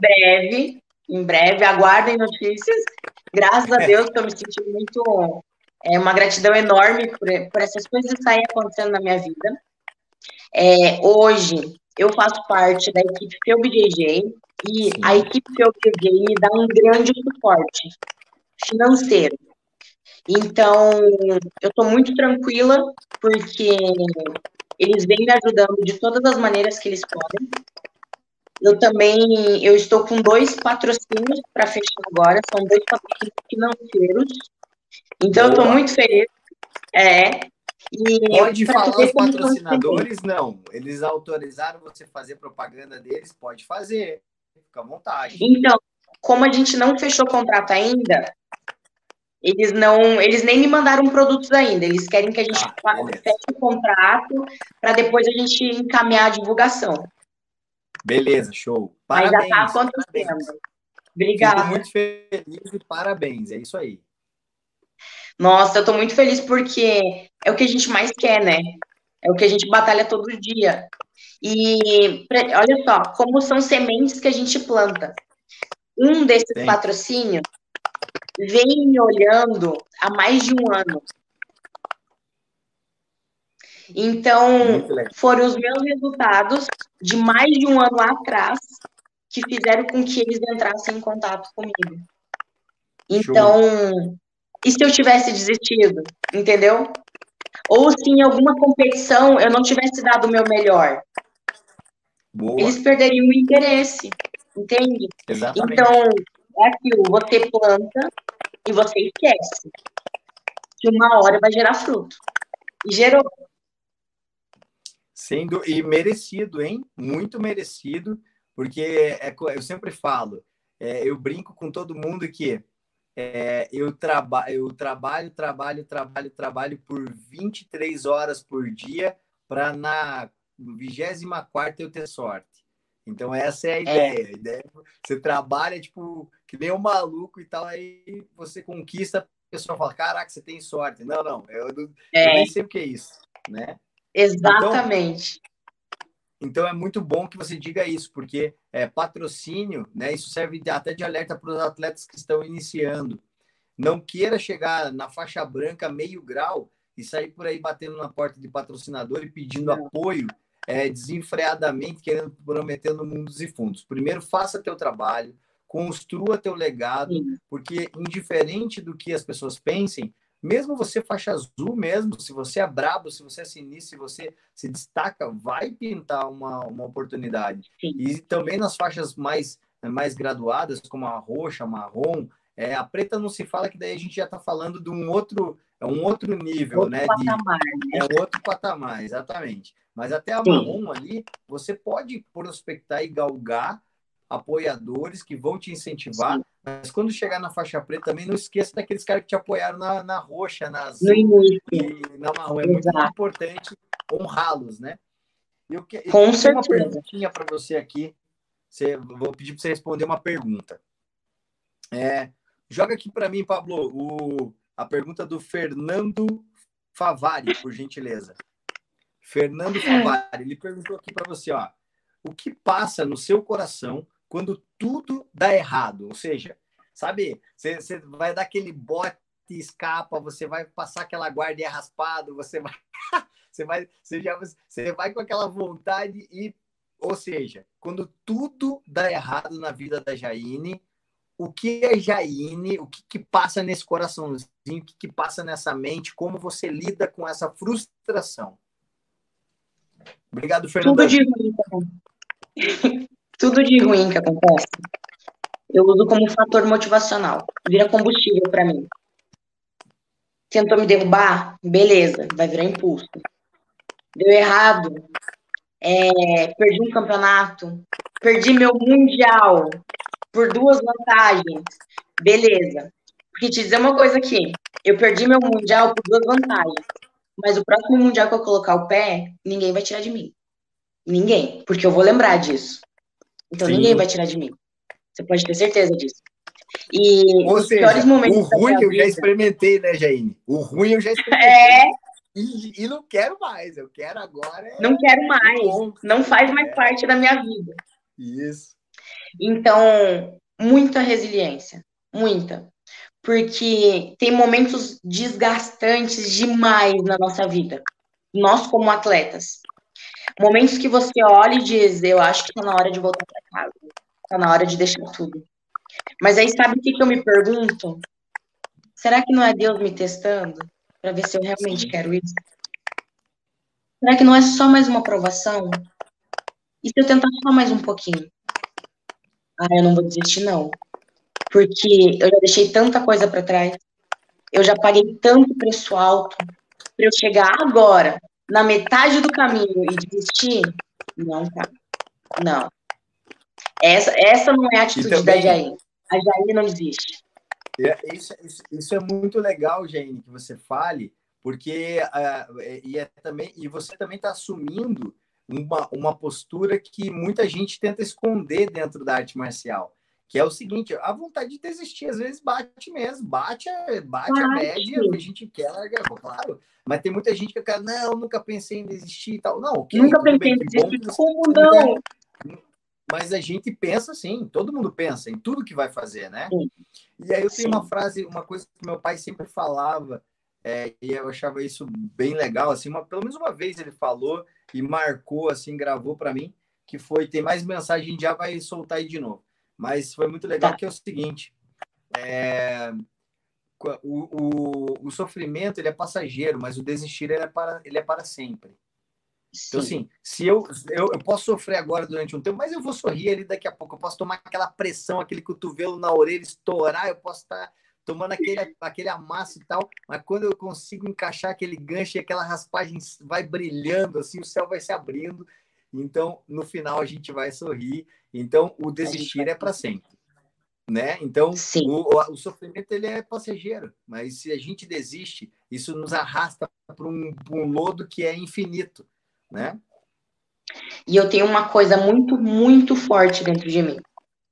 em breve, aguardem notícias. Graças a Deus, estou me sentindo muito, uma gratidão enorme por essas coisas estarem acontecendo na minha vida. Hoje, eu faço parte da equipe FeuBJJ e a Sim. equipe FeuBJJ me dá um grande suporte financeiro. Então, eu estou muito tranquila, porque eles vêm me ajudando de todas as maneiras que eles podem. Eu estou com 2 patrocínios para fechar agora, são 2 patrocínios financeiros. Então, eu estou Boa. muito feliz. E Pode para tu falar ver os como são experientes. patrocinadores? Não. Eles autorizaram você fazer propaganda deles? Pode fazer. Fica à vontade. Então, como a gente não fechou contrato ainda, eles nem me mandaram produtos ainda. Eles querem que a gente Tá, beleza. feche o contrato para depois a gente encaminhar a divulgação. Beleza, show. Mas já está Parabéns, parabéns. acontecendo. Fico Obrigada. muito feliz e parabéns. É isso aí. Nossa, eu estou muito feliz porque é o que a gente mais quer, né? É o que a gente batalha todo dia. E olha só, como são sementes que a gente planta. Um desses Tem. patrocínios vem me olhando há mais de um ano. Muito Então, legal. foram os meus resultados de mais de um ano atrás que fizeram com que eles entrassem em contato comigo. Show. Então, e se eu tivesse desistido, entendeu? Ou se em alguma competição eu não tivesse dado o meu melhor, Boa. eles perderiam o interesse, entende? Então, Exatamente. é aquilo, você planta e você esquece que uma hora vai gerar fruto. E gerou. E merecido, hein? Muito merecido, porque eu sempre falo, eu brinco com todo mundo que eu trabalho por 23 horas por dia para 24ª eu ter sorte. Então, essa é a ideia. A ideia é você trabalha, tipo, que nem um maluco e tal, aí você conquista, a pessoa fala, caraca, você tem sorte. Não, eu nem sei o que é isso, né? Exatamente. Então, é muito bom que você diga isso, porque patrocínio, né? Isso serve até de alerta para os atletas que estão iniciando. Não queira chegar na faixa branca meio grau e sair por aí batendo na porta de patrocinador e pedindo apoio desenfreadamente, querendo prometer no mundos e fundos. Primeiro, faça teu trabalho, construa teu legado, Sim. porque indiferente do que as pessoas pensem, mesmo você faixa azul mesmo, se você é brabo, se você é sinistro, se você se destaca, vai pintar uma oportunidade. Sim. E também nas faixas mais graduadas, como a roxa, a marrom, a preta não se fala, que daí a gente já está falando de um outro nível, Outro né? patamar, né? É outro patamar, exatamente. Mas até a Sim. marrom ali, você pode prospectar e galgar apoiadores que vão te incentivar, Sim. mas quando chegar na faixa preta, também não esqueça daqueles caras que te apoiaram na roxa, na No azul início. e na marrom. É Exato. muito importante honrá-los, né? Eu Com tenho certeza. uma perguntinha para você aqui. Vou pedir para você responder uma pergunta. Joga aqui para mim, Pablo, a pergunta do Fernando Favari, por gentileza. Fernando Favari, ele perguntou aqui para você, ó, o que passa no seu coração quando tudo dá errado? Ou seja, sabe, você vai dar aquele bote e escapa, você vai passar aquela guarda e é raspado, você vai com aquela vontade e, ou seja, quando tudo dá errado na vida da Jayne, o que é Jayne, o que passa nesse coraçãozinho, o que passa nessa mente, como você lida com essa frustração? Obrigado, Fernando. Tudo de ruim, tudo de ruim que acontece, eu uso como fator motivacional. Vira combustível para mim. Tentou me derrubar? Beleza, vai virar impulso. Deu errado. Perdi um campeonato. Perdi meu mundial por 2 vantagens. Beleza. Porque te dizer uma coisa aqui. Eu perdi meu mundial por 2 vantagens. Mas o próximo mundial que eu colocar o pé, ninguém vai tirar de mim. Ninguém. Porque eu vou lembrar disso. Então Sim. ninguém vai tirar de mim. Você pode ter certeza disso. E Ou os seja, piores momentos o ruim da minha eu já vida... experimentei, né, Jayne? O ruim eu já experimentei. E não quero mais. Eu quero agora. Não quero mais. Não faz mais parte da minha vida. Isso. Então, muita resiliência. Muita. Porque tem momentos desgastantes demais na nossa vida. Nós, como atletas. Momentos que você olha e diz, eu acho que tá na hora de voltar para casa. Tá na hora de deixar tudo. Mas aí, sabe o que eu me pergunto? Será que não é Deus me testando para ver se eu realmente quero isso? Será que não é só mais uma provação? E se eu tentar só mais um pouquinho? Eu não vou desistir, não. Porque eu já deixei tanta coisa para trás. Eu já paguei tanto preço alto para eu chegar agora, na metade do caminho e desistir? Não, cara. Não. Essa não é a atitude da Jayne. A Jayne não desiste. Isso é muito legal, Jayne, que você fale, porque e você também está assumindo uma postura que muita gente tenta esconder dentro da arte marcial, que é o seguinte: a vontade de desistir às vezes bate mesmo, bate a média, a gente quer largar, claro, mas tem muita gente que quer, não, nunca pensei em desistir e tal. Não, ok, nunca tudo pensei bem, em desistir, como você não? mas a gente pensa assim, todo mundo pensa em tudo que vai fazer, né? Sim. E aí eu tenho uma coisa que meu pai sempre falava, e eu achava isso bem legal, assim, pelo menos uma vez ele falou e marcou, assim, gravou para mim, que foi, tem mais mensagem, já vai soltar aí de novo. Mas foi muito legal, que é o seguinte, o sofrimento, ele é passageiro, mas o desistir, ele é para sempre. Então, assim, se eu posso sofrer agora durante um tempo, mas eu vou sorrir ali daqui a pouco. Eu posso tomar aquela pressão, aquele cotovelo na orelha, estourar, eu posso estar tomando aquele amasso e tal, mas quando eu consigo encaixar aquele gancho e aquela raspagem vai brilhando, assim, o céu vai se abrindo. Então, no final, a gente vai sorrir. Então, o desistir é para sempre. Né? Então, o sofrimento, ele é passageiro, mas se a gente desiste, isso nos arrasta para um lodo que é infinito. Né? E eu tenho uma coisa muito, muito forte dentro de mim.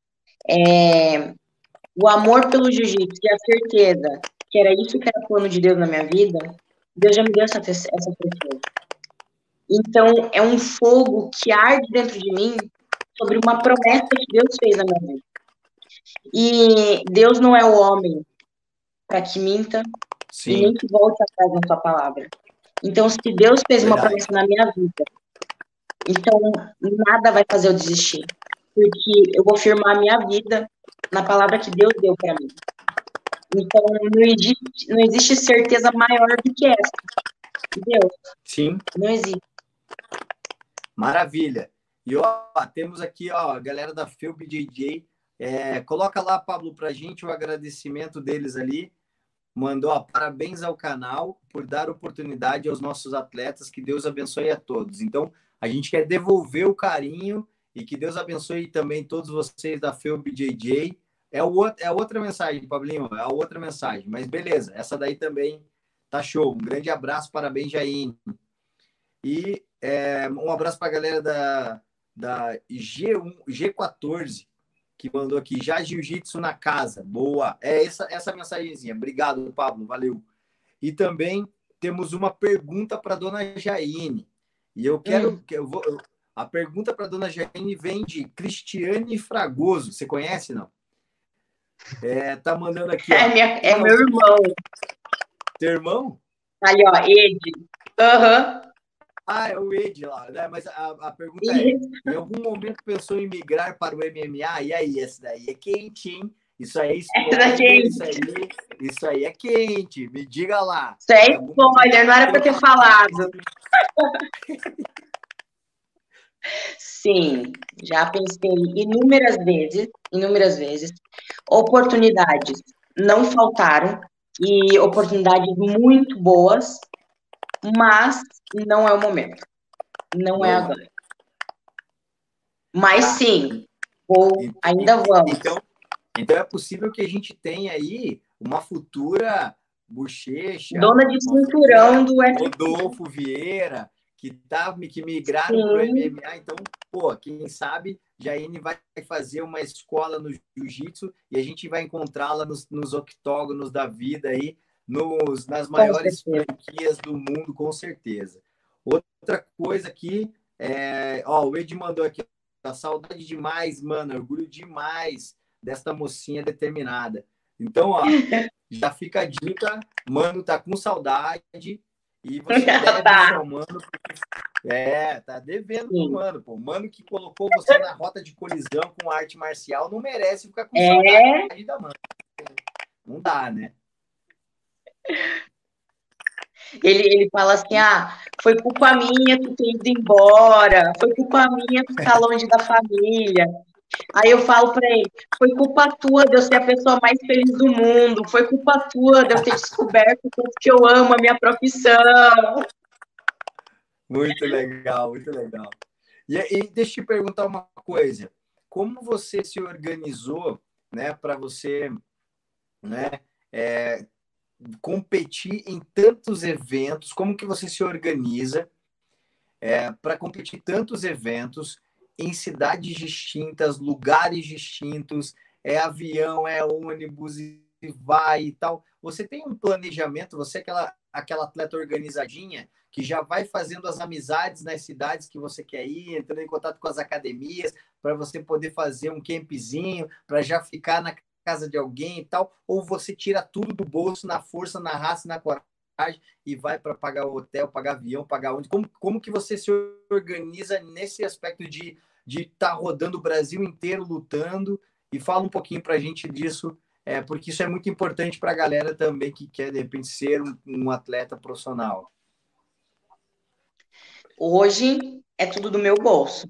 O amor pelo jiu-jitsu e a certeza que era isso que era o plano de Deus na minha vida, Deus já me deu essa certeza. Então, é um fogo que arde dentro de mim sobre uma promessa que Deus fez na minha vida. E Deus não é o homem para que minta e nem que volte atrás na sua palavra. Então, se Deus fez uma promessa na minha vida, então nada vai fazer eu desistir. Porque eu vou firmar a minha vida na palavra que Deus deu para mim. Então, não existe certeza maior do que essa. Deus. Sim. Não existe. Maravilha. E ó, temos aqui ó, a galera da Felb JJ. Coloca lá, Pablo, para a gente o agradecimento deles ali. Mandou ó, parabéns ao canal por dar oportunidade aos nossos atletas. Que Deus abençoe a todos. Então, a gente quer devolver o carinho e que Deus abençoe também todos vocês da Felb JJ. É outra mensagem, Pablinho, é a outra mensagem. Mas beleza, essa daí também tá show. Um grande abraço, parabéns, Jaine. E um abraço para a galera da G14, que mandou aqui, já jiu-jitsu na casa. Boa. Essa mensagenzinha. Obrigado, Pablo. Valeu. E também temos uma pergunta para a dona Jaine. E eu quero... a pergunta para a dona Jaine vem de Cristiane Fragoso. Você conhece, não? Tá mandando aqui. É meu irmão. Teu irmão? Ali, ó, Ed. Aham. É o Ed lá, né? Mas a pergunta é: em algum momento pensou em migrar para o MMA? E aí, esse daí é quente, hein? Isso aí é spoiler, isso aí é quente. Me diga lá. Isso é spoiler, não era para ter falado. Sim, já pensei inúmeras vezes. Oportunidades não faltaram, e oportunidades muito boas, mas não é o momento. Não é agora. Mas sim, ainda vamos. Então é possível que a gente tenha aí uma futura Bochecha, dona de cinturão do UFC. Rodolfo Vieira, que migraram para o MMA. Então, pô, quem sabe Jaine vai fazer uma escola no jiu-jitsu e a gente vai encontrá-la nos octógonos da vida aí, nas maiores franquias do mundo, com certeza. Outra coisa aqui, o Ed mandou aqui, saudade demais, mano, orgulho demais desta mocinha determinada. Então, ó, já fica a dica, mano, tá com saudade e você deve ao mano, porque, tá devendo pro mano, pô. O mano que colocou você na rota de colisão com arte marcial não merece ficar com saudade da mano. Não dá, né? Ele fala assim, foi culpa minha tu ter ido embora, foi culpa minha tu estar longe da família. Aí eu falo para ele, foi culpa tua de eu ser a pessoa mais feliz do mundo, foi culpa tua de eu ter descoberto o quanto que eu amo a minha profissão. Muito legal, muito legal. E deixa eu te perguntar uma coisa, como você se organizou, né, para você, né, competir em tantos eventos, como que você se organiza para competir em tantos eventos em cidades distintas, lugares distintos, avião, ônibus e vai e tal. Você tem um planejamento, você é aquela atleta organizadinha que já vai fazendo as amizades nas cidades que você quer ir, entrando em contato com as academias, para você poder fazer um campzinho, para já ficar na casa de alguém e tal, ou você tira tudo do bolso, na força, na raça, na coragem, e vai para pagar o hotel, pagar avião, pagar onde? Como que você se organiza nesse aspecto de estar rodando o Brasil inteiro lutando? E fala um pouquinho para a gente disso, porque isso é muito importante para a galera também que quer, de repente, ser um atleta profissional. Hoje é tudo do meu bolso.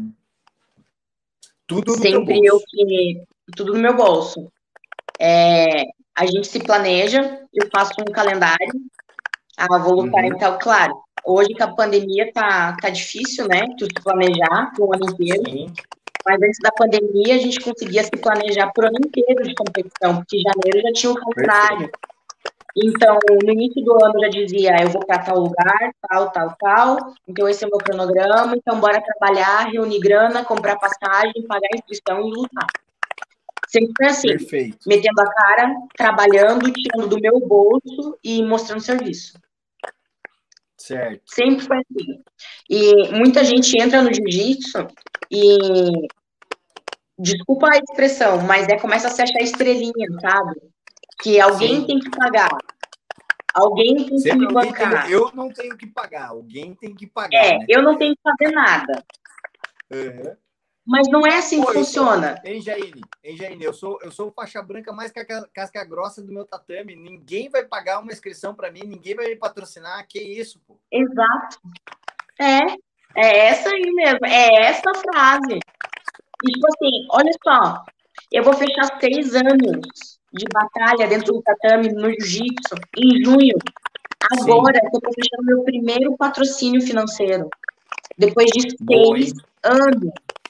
Tudo no sempre teu bolso. Tudo no meu bolso. A gente se planeja, eu faço um calendário, vou lutar e tal, claro. Hoje que a pandemia tá difícil, né? Tu se planejar pro ano inteiro. Sim. Mas antes da pandemia, a gente conseguia se planejar pro ano inteiro de competição, porque em janeiro já tinha o calendário. Então, no início do ano, eu já dizia, eu vou para tal lugar, tal, tal, tal. Então, esse é o meu cronograma. Então, bora trabalhar, reunir grana, comprar passagem, pagar a inscrição e lutar. Sempre foi assim, Perfeito. metendo a cara, trabalhando, tirando do meu bolso e mostrando serviço. Certo. Sempre foi assim. E muita gente entra no jiu-jitsu e, desculpa a expressão, mas começa a se achar estrelinha, sabe? Que alguém Sim. tem que pagar, alguém tem que Sempre me alguém tem. bancar. Eu não tenho que pagar, alguém tem que pagar, né? Eu não tenho que fazer nada. Uhum. Mas não é assim Pô, que funciona. Jaine, eu sou faixa branca mais casca grossa do meu tatame. Ninguém vai pagar uma inscrição para mim, ninguém vai me patrocinar. Que isso, pô? Exato. É essa aí mesmo, é essa frase. E, tipo assim, olha só, eu vou fechar 6 anos de batalha dentro do tatame no jiu-jitsu em junho. Agora que eu tô fechando meu primeiro patrocínio financeiro. Depois de Boa, 6 anos.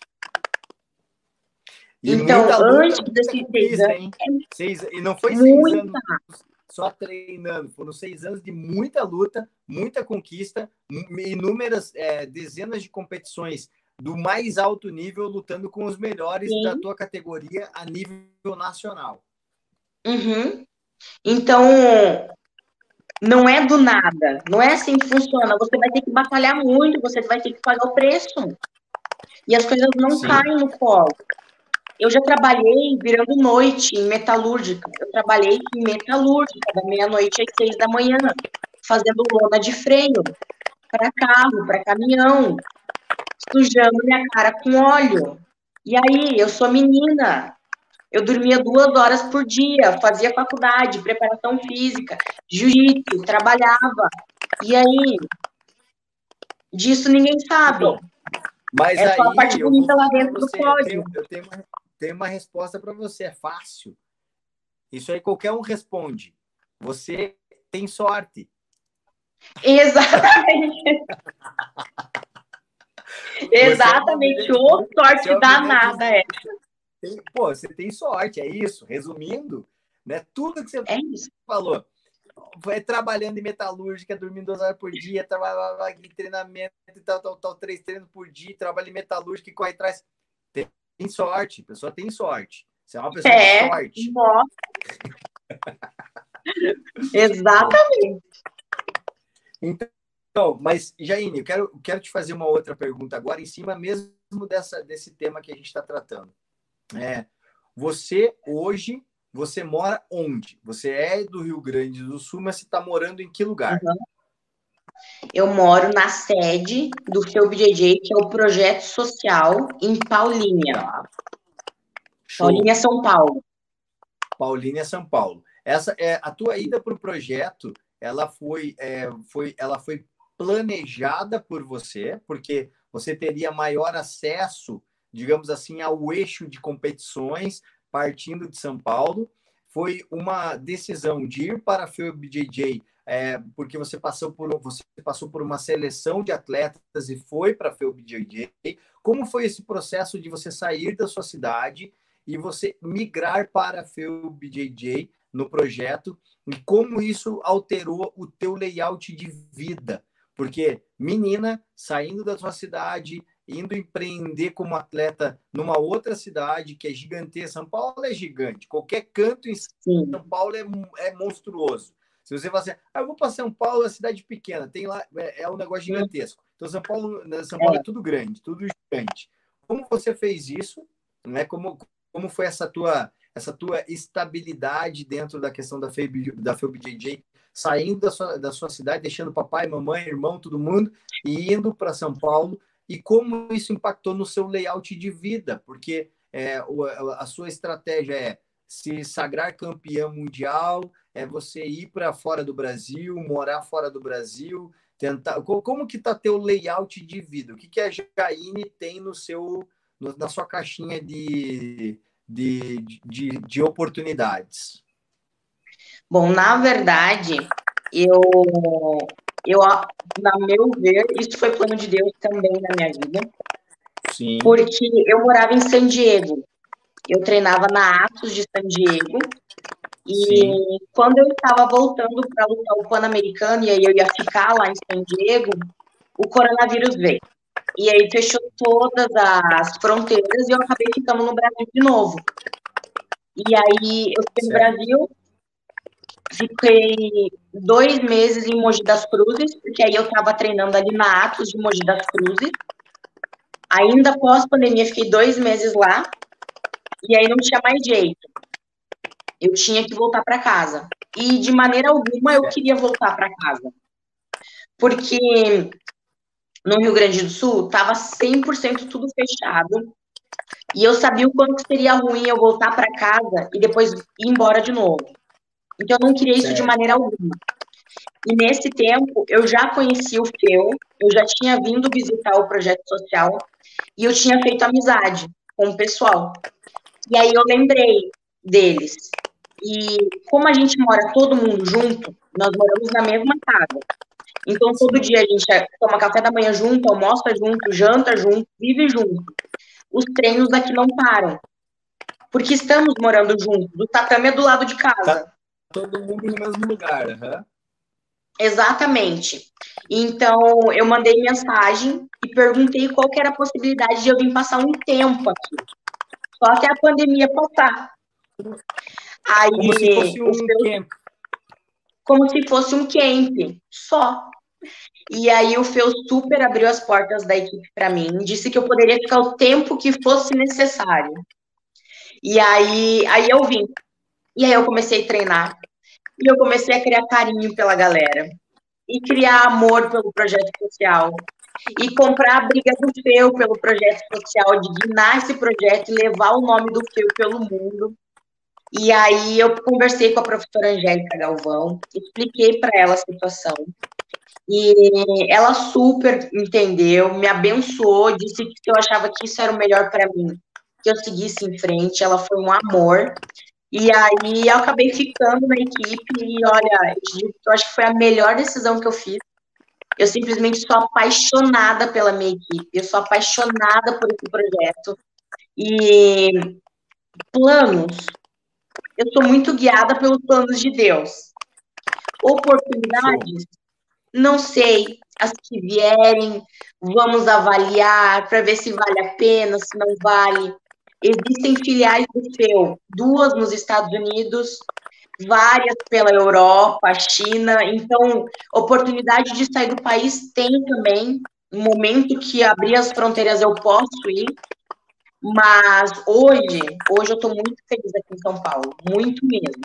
E Então, muita luta, antes muita desses 6 conquista, anos, hein? E não foi 6 anos muita. só treinando, foram 6 anos de muita luta, muita conquista, inúmeras dezenas de competições do mais alto nível, lutando com os melhores da Sim. tua categoria a nível nacional. Uhum. Então, não é do nada. Não é assim que funciona. Você vai ter que batalhar muito, você vai ter que pagar o preço. E as coisas não Sim. caem no colo. Eu já trabalhei virando noite em metalúrgica. Eu trabalhei em metalúrgica, da meia-noite às 6 da manhã, fazendo lona de freio para carro, para caminhão, sujando minha cara com óleo. E aí, eu sou menina. Eu dormia 2 horas por dia, fazia faculdade, preparação física, jiu-jitsu, trabalhava. E aí, disso ninguém sabe. Então, mas É só a aí parte eu vou bonita lá falar para dentro do você, pódio. tenho uma resposta para você, é fácil. Isso aí qualquer um responde. Você tem sorte. Exatamente. Exatamente. Ô, Você é sorte uma menina de danada é. pô, você tem sorte, é isso. Resumindo, né? Tudo que você É isso. falou. Vai trabalhando em metalúrgica, dormindo 2 horas por dia, trabalha em treinamento e tal, 3 treinos por dia, trabalha em metalúrgica e corre atrás. Tem sorte, a pessoa tem sorte. Você é uma pessoa de sorte. Nossa. Exatamente. Então, mas, Jaine, eu quero te fazer uma outra pergunta agora, em cima mesmo desse tema que a gente está tratando. Você, hoje, você mora onde? Você é do Rio Grande do Sul, mas você está morando em que lugar? Uhum. Eu moro na sede do seu BJJ, que é o Projeto Social, em Paulínia. Tá. Paulínia, São Paulo. Paulínia, São Paulo. Essa é a tua ida para o projeto. Ela foi planejada por você, porque você teria maior acesso, digamos assim, ao eixo de competições partindo de São Paulo. Foi uma decisão de ir para a FEUBJJ, porque você passou por uma seleção de atletas e foi para a FEUBJJ. Como foi esse processo de você sair da sua cidade e você migrar para a FEUBJJ no projeto e como isso alterou o teu layout de vida? Porque menina saindo da sua cidade, indo empreender como atleta numa outra cidade que é gigantesca. São Paulo é gigante. Qualquer canto em São Paulo é monstruoso. Se você falar assim, eu vou para São Paulo, é uma cidade pequena, tem lá, é um negócio gigantesco. Então, São Paulo é tudo grande, tudo gigante. Como você fez isso? Né? Como foi essa tua estabilidade dentro da questão da FEUBJJ, saindo da sua cidade, deixando papai, mamãe, irmão, todo mundo, e indo para São Paulo, e como isso impactou no seu layout de vida? Porque a sua estratégia é se sagrar campeã mundial, é você ir para fora do Brasil, morar fora do Brasil, tentar... Como que está teu layout de vida? O que a Jaine tem na sua caixinha de oportunidades? Bom, na verdade, na meu ver, isso foi plano de Deus também na minha vida. Sim. Porque eu morava em San Diego. Eu treinava na Atos de San Diego. Sim, E quando eu estava voltando para lutar o Pan-Americano, e aí eu ia ficar lá em San Diego, o coronavírus veio. E aí fechou todas as fronteiras e eu acabei ficando no Brasil de novo. E aí eu fiquei no certo, Brasil, fiquei 2 meses em Mogi das Cruzes, porque aí eu estava treinando ali na Atos de Mogi das Cruzes. Ainda pós-pandemia, fiquei 2 meses lá, e aí não tinha mais jeito. Eu tinha que voltar para casa. E de maneira alguma eu certo. queria voltar para casa. Porque no Rio Grande do Sul estava 100% tudo fechado. E eu sabia o quanto seria ruim eu voltar para casa e depois ir embora de novo. Então eu não queria isso de Certo. maneira alguma. E nesse tempo eu já conhecia o Feu, eu já tinha vindo visitar o projeto social e eu tinha feito amizade com o pessoal. E aí eu lembrei deles. E como a gente mora todo mundo junto, nós moramos na mesma casa. Então todo Sim. dia a gente toma café da manhã junto, almoça junto, janta junto, vive junto. Os treinos aqui não param, porque estamos morando juntos. O tatame é do lado de Tá casa. todo mundo no mesmo lugar. Aham. Exatamente. Então, eu mandei mensagem e perguntei qual que era a possibilidade de eu vir passar um tempo aqui, só até a pandemia passar. Como se Aí, fosse um camp. como se fosse um camp, só. E aí, o Feu super abriu as portas da equipe para mim, disse que eu poderia ficar o tempo que fosse necessário. E aí eu vim. E aí eu comecei a treinar. E eu comecei a criar carinho pela galera. E criar amor pelo projeto social. E comprar a briga do Feu pelo projeto social, de guinar esse projeto e levar o nome do Feu pelo mundo. E aí eu conversei com a professora Angélica Galvão, expliquei para ela a situação. E ela super entendeu, me abençoou, disse que eu achava que isso era o melhor para mim, que eu seguisse em frente. Ela foi um amor. E aí eu acabei ficando na equipe e olha, eu acho que foi a melhor decisão que eu fiz. Eu simplesmente sou apaixonada pela minha equipe, eu sou apaixonada por esse projeto. E planos, eu sou muito guiada pelos planos de Deus. Show. Oportunidades, não sei. As que vierem, vamos avaliar para ver se vale a pena, se não vale. Existem filiais do FEU, 2 nos Estados Unidos, várias pela Europa, China. Então, oportunidade de sair do país tem também. No momento que abrir as fronteiras, eu posso ir. Mas hoje eu estou muito feliz aqui em São Paulo, muito mesmo.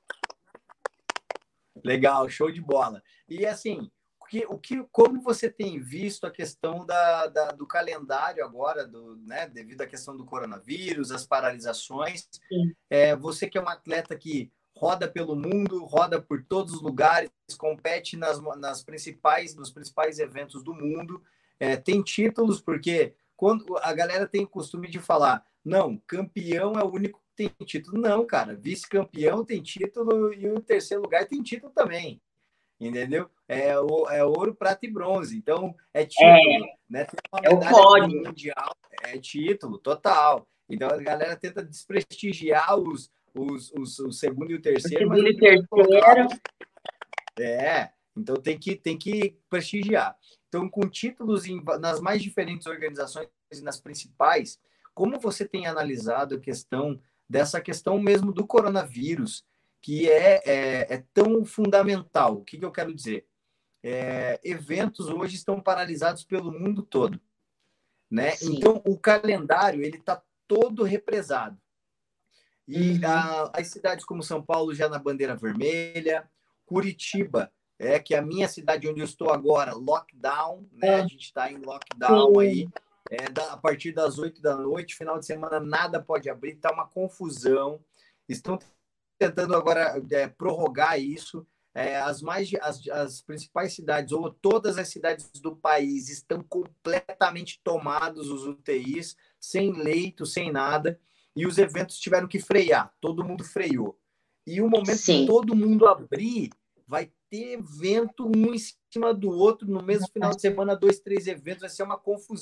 Legal, show de bola. E assim, como você tem visto a questão do calendário agora, né, devido à questão do coronavírus, as paralisações, Sim, você que é um atleta que roda pelo mundo, roda por todos os lugares, compete nos principais eventos do mundo, tem títulos, porque quando a galera tem o costume de falar, não, campeão é o único que tem título. Não, cara, vice-campeão tem título e o terceiro lugar tem título também, entendeu? É ouro, prata e bronze, então é título, né? Tem uma é o medalha do pódio. Mundial, é título, total. Então a galera tenta desprestigiar o segundo e o O terceiro, mas segundo o e primeiro terceiro, colocado então tem que prestigiar. Então, com títulos nas mais diferentes organizações e nas principais, como você tem analisado a questão dessa questão mesmo do coronavírus, que é tão fundamental? O que eu quero dizer? Eventos hoje estão paralisados pelo mundo todo, né? sim. Então, o calendário ele está todo represado. E Uhum. as cidades como São Paulo já na bandeira vermelha, Curitiba, que é a minha cidade onde eu estou agora, lockdown, né? A Ah, gente está em lockdown aí, sim, a partir das 8 da noite, final de semana nada pode abrir, está uma confusão. Estão tentando agora prorrogar isso. As principais cidades, ou todas as cidades do país, estão completamente tomados os UTIs, sem leito, sem nada, e os eventos tiveram que frear, todo mundo freou. E o momento que sim. todo mundo abrir, vai ter evento um em cima do outro, no mesmo final de semana, 2, 3 eventos, vai ser uma confusão.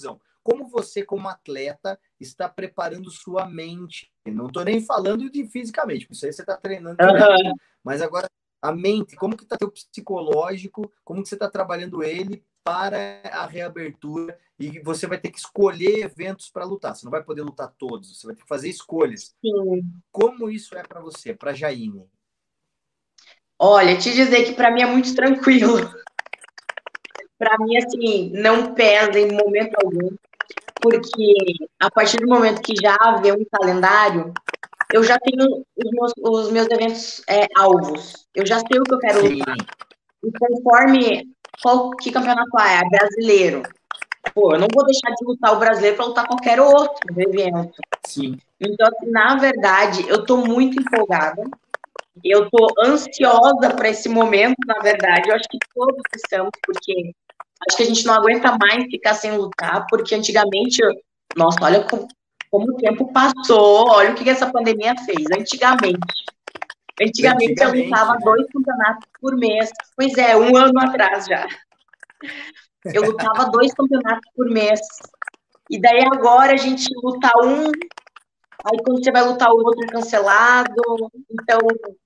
como você, como atleta, está preparando sua mente. Não estou nem falando de fisicamente, porque isso aí você está treinando direto. Aham. Mas agora, a mente, como que está teu psicológico, como que você está trabalhando ele para a reabertura, e você vai ter que escolher eventos para lutar. Você não vai poder lutar todos, você vai ter que fazer escolhas. Sim. Como isso é para você, para Jaine? Olha, te dizer que para mim é muito tranquilo. Para mim, assim, não pesa em momento algum, porque a partir do momento que já havia um calendário, eu já tenho os meus eventos alvos. Eu já sei o que eu quero Sim, lutar. E conforme que campeonato é brasileiro. Pô, eu não vou deixar de lutar o brasileiro para lutar qualquer outro evento. sim. Então, assim, na verdade, eu estou muito empolgada. Eu estou ansiosa para esse momento, na verdade. Eu acho que todos estamos, porque acho que a gente não aguenta mais ficar sem lutar, porque antigamente, nossa, olha como o tempo passou, olha o que essa pandemia fez. Antigamente eu Antigamente, lutava né? 2 campeonatos por mês. Pois é, um ano atrás já. Eu lutava 2 campeonatos por mês. E daí agora a gente luta um, aí quando você vai lutar o outro é cancelado. Então,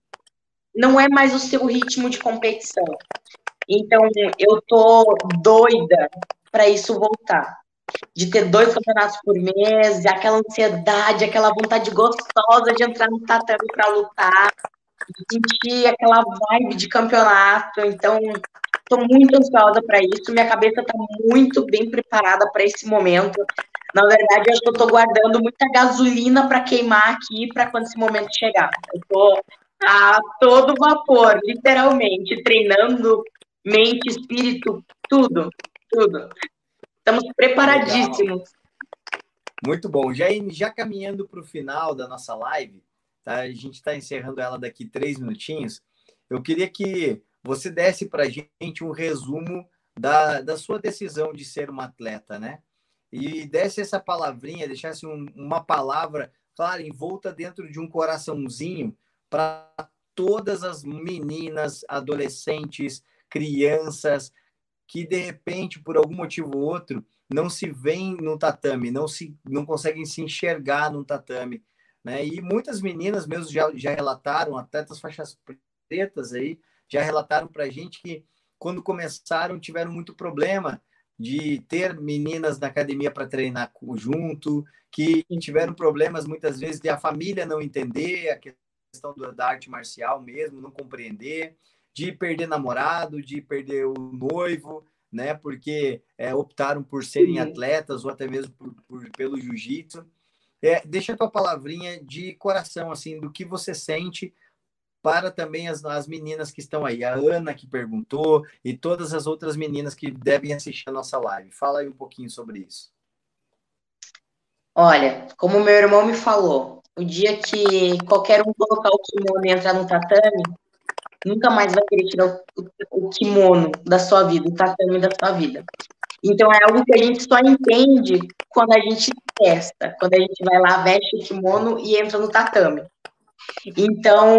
não é mais o seu ritmo de competição. Então, eu tô doida para isso voltar. De ter 2 campeonatos por mês, aquela ansiedade, aquela vontade gostosa de entrar no tatame para lutar, de sentir aquela vibe de campeonato. Então, estou muito ansiosa para isso. Minha cabeça está muito bem preparada para esse momento. Na verdade, eu acho que eu estou guardando muita gasolina para queimar aqui para quando esse momento chegar. Eu estou a todo vapor, literalmente, treinando mente, espírito, tudo, tudo. Estamos Legal. preparadíssimos. Muito bom. Já caminhando para o final da nossa live, tá? A gente está encerrando ela daqui 3 minutinhos. Eu queria que você desse para a gente um resumo da sua decisão de ser uma atleta, né? E desse essa palavrinha, deixasse uma palavra, claro, envolta dentro de um coraçãozinho para todas as meninas, adolescentes, crianças que de repente, por algum motivo ou outro, não se veem no tatame, não conseguem se enxergar no tatame, né? E muitas meninas mesmo já relataram, atletas faixas pretas aí, já relataram para a gente que quando começaram tiveram muito problema de ter meninas na academia para treinar junto, que tiveram problemas muitas vezes de a família não entender a questão da arte marcial mesmo, não compreender, de perder namorado, de perder o noivo, né? Porque optaram por serem Sim. atletas ou até mesmo pelo jiu-jitsu. Deixa a tua palavrinha de coração, assim, do que você sente para também as meninas que estão aí. A Ana que perguntou e todas as outras meninas que devem assistir a nossa live. Fala aí um pouquinho sobre isso. Olha, como meu irmão me falou, o dia que qualquer um colocar o kimono e entrar no tatame, nunca mais vai querer tirar o kimono da sua vida, o tatame da sua vida. Então é algo que a gente só entende quando a gente testa, quando a gente vai lá, veste o kimono e entra no tatame. Então,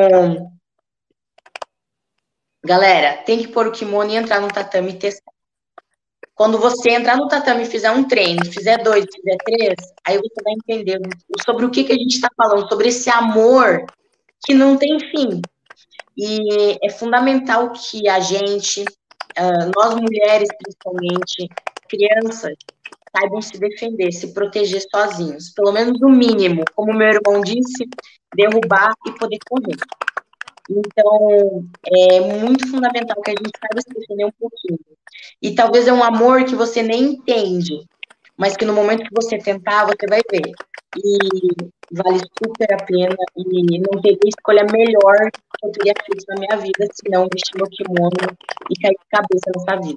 galera, tem que pôr o kimono e entrar no tatame e testar. Quando você entrar no tatame e fizer um treino, fizer 2, fizer 3, aí você vai entender sobre o que a gente está falando, sobre esse amor que não tem fim. E é fundamental que a gente, nós mulheres principalmente, crianças, saibam se defender, se proteger sozinhos. Pelo menos o mínimo, como meu irmão disse, derrubar e poder correr. Então, é muito fundamental que a gente saiba se defender um pouquinho. E talvez é um amor que você nem entende, mas que no momento que você tentar, você vai ver. E vale super a pena. E não teria escolha melhor que eu teria feito na minha vida, senão vestir meu kimono e cair de cabeça nessa vida.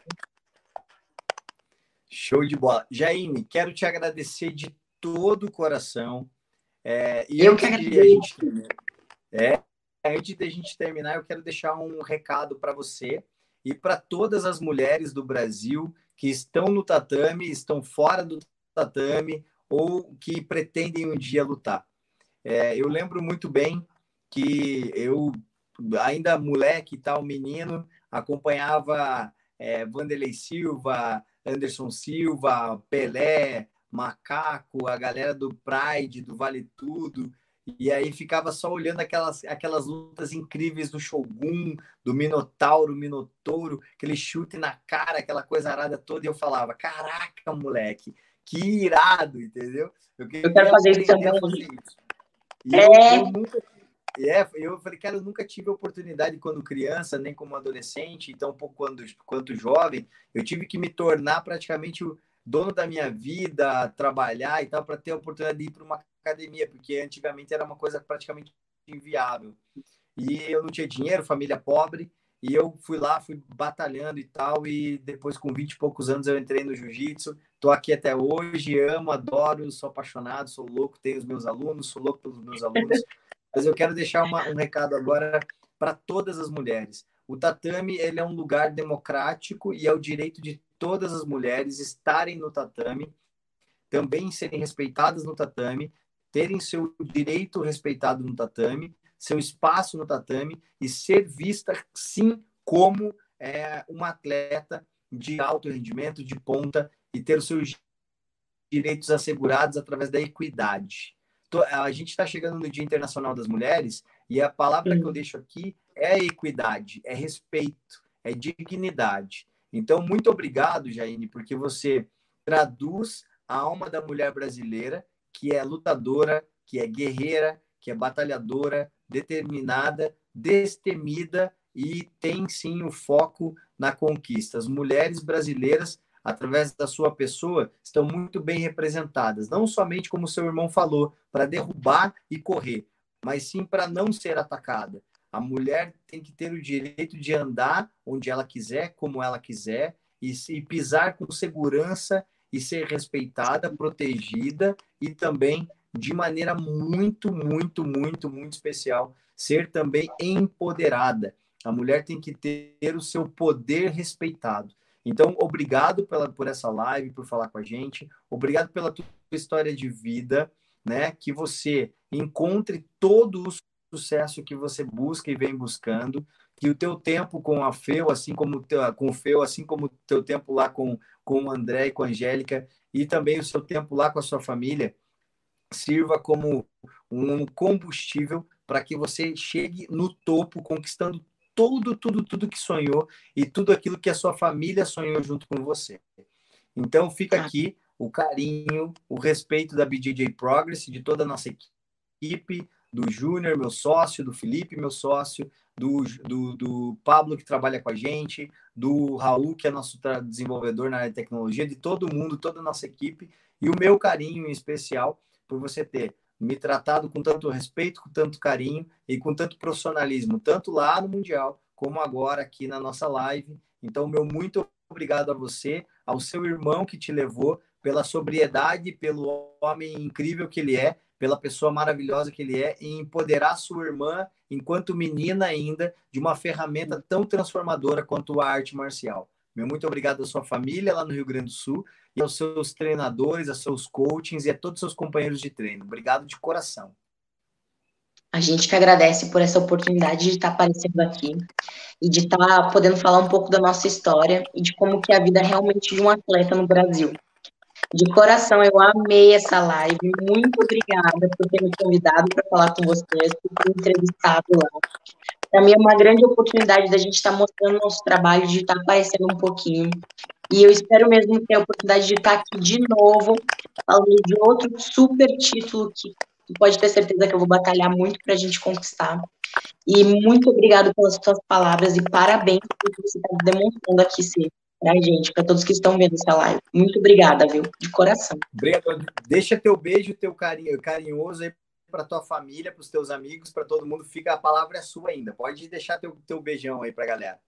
Show de bola. Jaime, quero te agradecer de todo o coração. E Eu que antes de a agradeço. gente antes de a gente terminar, eu quero deixar um recado para você e para todas as mulheres do Brasil que estão no tatame, estão fora do tatame ou que pretendem um dia lutar. Eu lembro muito bem que eu, ainda moleque e tal, menino, acompanhava Vanderlei Silva, Anderson Silva, Pelé, Macaco, a galera do Pride, do Vale Tudo. E aí ficava só olhando aquelas lutas incríveis do Shogun, do Minotouro, aquele chute na cara, aquela coisa arada toda, e eu falava, caraca, moleque, que irado, entendeu? Eu Eu quero queria fazer isso aprender também. a fazer isso. E eu nunca... eu falei, cara, eu nunca tive oportunidade quando criança, nem como adolescente, então um pouco quanto jovem, eu tive que me tornar praticamente o dono da minha vida, trabalhar e tal, para ter a oportunidade de ir para uma academia, porque antigamente era uma coisa praticamente inviável. E eu não tinha dinheiro, família pobre, e eu fui lá, fui batalhando e tal, e depois com 20 e poucos anos eu entrei no jiu-jitsu, tô aqui até hoje, amo, adoro, sou apaixonado, sou louco, tenho os meus alunos, sou louco pelos meus alunos, mas eu quero deixar um recado agora para todas as mulheres. O tatame, ele é um lugar democrático e é o direito de todas as mulheres estarem no tatame, também serem respeitadas no tatame, terem seu direito respeitado no tatame, seu espaço no tatame e ser vista, sim, como uma atleta de alto rendimento, de ponta, e ter os seus direitos assegurados através da equidade. A gente está chegando no Dia Internacional das Mulheres e a palavra que eu deixo aqui é equidade, é respeito, é dignidade. Então, muito obrigado, Jaine, porque você traduz a alma da mulher brasileira, que é lutadora, que é guerreira, que é batalhadora, determinada, destemida e tem sim o foco na conquista. As mulheres brasileiras, através da sua pessoa, estão muito bem representadas, não somente como seu irmão falou, para derrubar e correr, mas sim para não ser atacada. A mulher tem que ter o direito de andar onde ela quiser, como ela quiser, e pisar com segurança e ser respeitada, protegida e também de maneira muito, muito, muito, muito especial, ser também empoderada. A mulher tem que ter o seu poder respeitado. Então, obrigado por essa live, por falar com a gente. Obrigado pela tua história de vida, né? Que você encontre todo o sucesso que você busca e vem buscando. Que o teu tempo com a Feu, assim como com o Feu, assim como o teu tempo lá com o André e com a Angélica, e também o seu tempo lá com a sua família, sirva como um combustível para que você chegue no topo, conquistando tudo que sonhou e tudo aquilo que a sua família sonhou junto com você. Então, fica aqui o carinho, o respeito da BJJ Progress, de toda a nossa equipe, do Júnior, meu sócio, do Felipe, meu sócio, do Pablo, que trabalha com a gente, do Raul, que é nosso desenvolvedor na área de tecnologia, de todo mundo, toda a nossa equipe, e o meu carinho em especial por você ter me tratado com tanto respeito, com tanto carinho e com tanto profissionalismo, tanto lá no Mundial, como agora aqui na nossa live. Então, meu muito obrigado a você, ao seu irmão que te levou, pela sobriedade, pelo homem incrível que ele é, pela pessoa maravilhosa que ele é, em empoderar sua irmã, enquanto menina ainda, de uma ferramenta tão transformadora quanto a arte marcial. Meu muito obrigado à sua família lá no Rio Grande do Sul e aos seus treinadores, aos seus coachings e a todos os seus companheiros de treino. Obrigado de coração. A gente que agradece por essa oportunidade de estar aparecendo aqui e de estar podendo falar um pouco da nossa história e de como que é a vida realmente de um atleta no Brasil. De coração, eu amei essa live. Muito obrigada por ter me convidado para falar com vocês, por ter me entrevistado lá. Para mim é uma grande oportunidade da gente estar mostrando nosso trabalho, de estar aparecendo um pouquinho. E eu espero mesmo ter a oportunidade de estar aqui de novo, falando de outro super título que pode ter certeza que eu vou batalhar muito para a gente conquistar. E muito obrigado pelas suas palavras e parabéns por que você está demonstrando aqui, Cê, para a gente, para todos que estão vendo essa live. Muito obrigada, viu? De coração. Obrigado. Deixa teu beijo, teu carinhoso aí para tua família, para os teus amigos, para todo mundo. Fica, a palavra é sua ainda. Pode deixar teu beijão aí para a galera.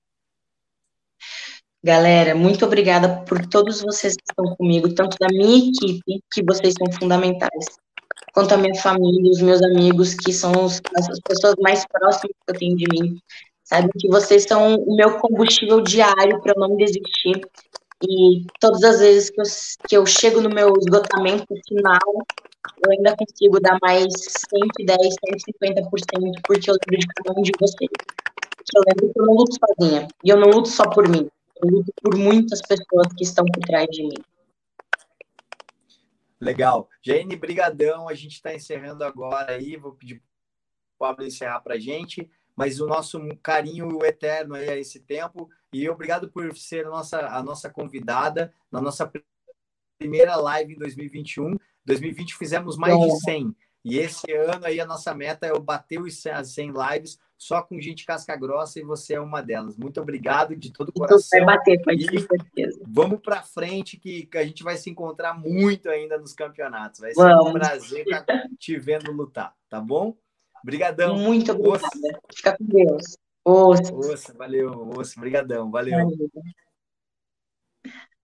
Galera, muito obrigada por todos vocês que estão comigo, tanto da minha equipe, que vocês são fundamentais, quanto a minha família, os meus amigos, que são as pessoas mais próximas que eu tenho de mim. Sabe que vocês são o meu combustível diário para eu não desistir. E todas as vezes que eu chego no meu esgotamento final, eu ainda consigo dar mais 110, 150%, porque eu lembro de cada um de vocês. Eu lembro que eu não luto sozinha. E eu não luto só por mim. Eu luto por muitas pessoas que estão por trás de mim. Legal. Jane, brigadão. A gente está encerrando agora aí. Vou pedir para o Pablo encerrar para a gente. Mas o nosso carinho eterno aí a esse tempo. E obrigado por ser a nossa convidada na nossa primeira live em 2021. 2020 fizemos mais de 100. E esse ano aí a nossa meta é bater as 100 lives só com gente casca grossa e você é uma delas. Muito obrigado de todo o coração. Vai bater, pode ter certeza. Vamos para frente que a gente vai se encontrar muito ainda nos campeonatos. Vai ser um prazer estar te vendo lutar, tá bom? Obrigadão. Muito obrigada. Fica com Deus. Ossa, valeu. Obrigadão, valeu.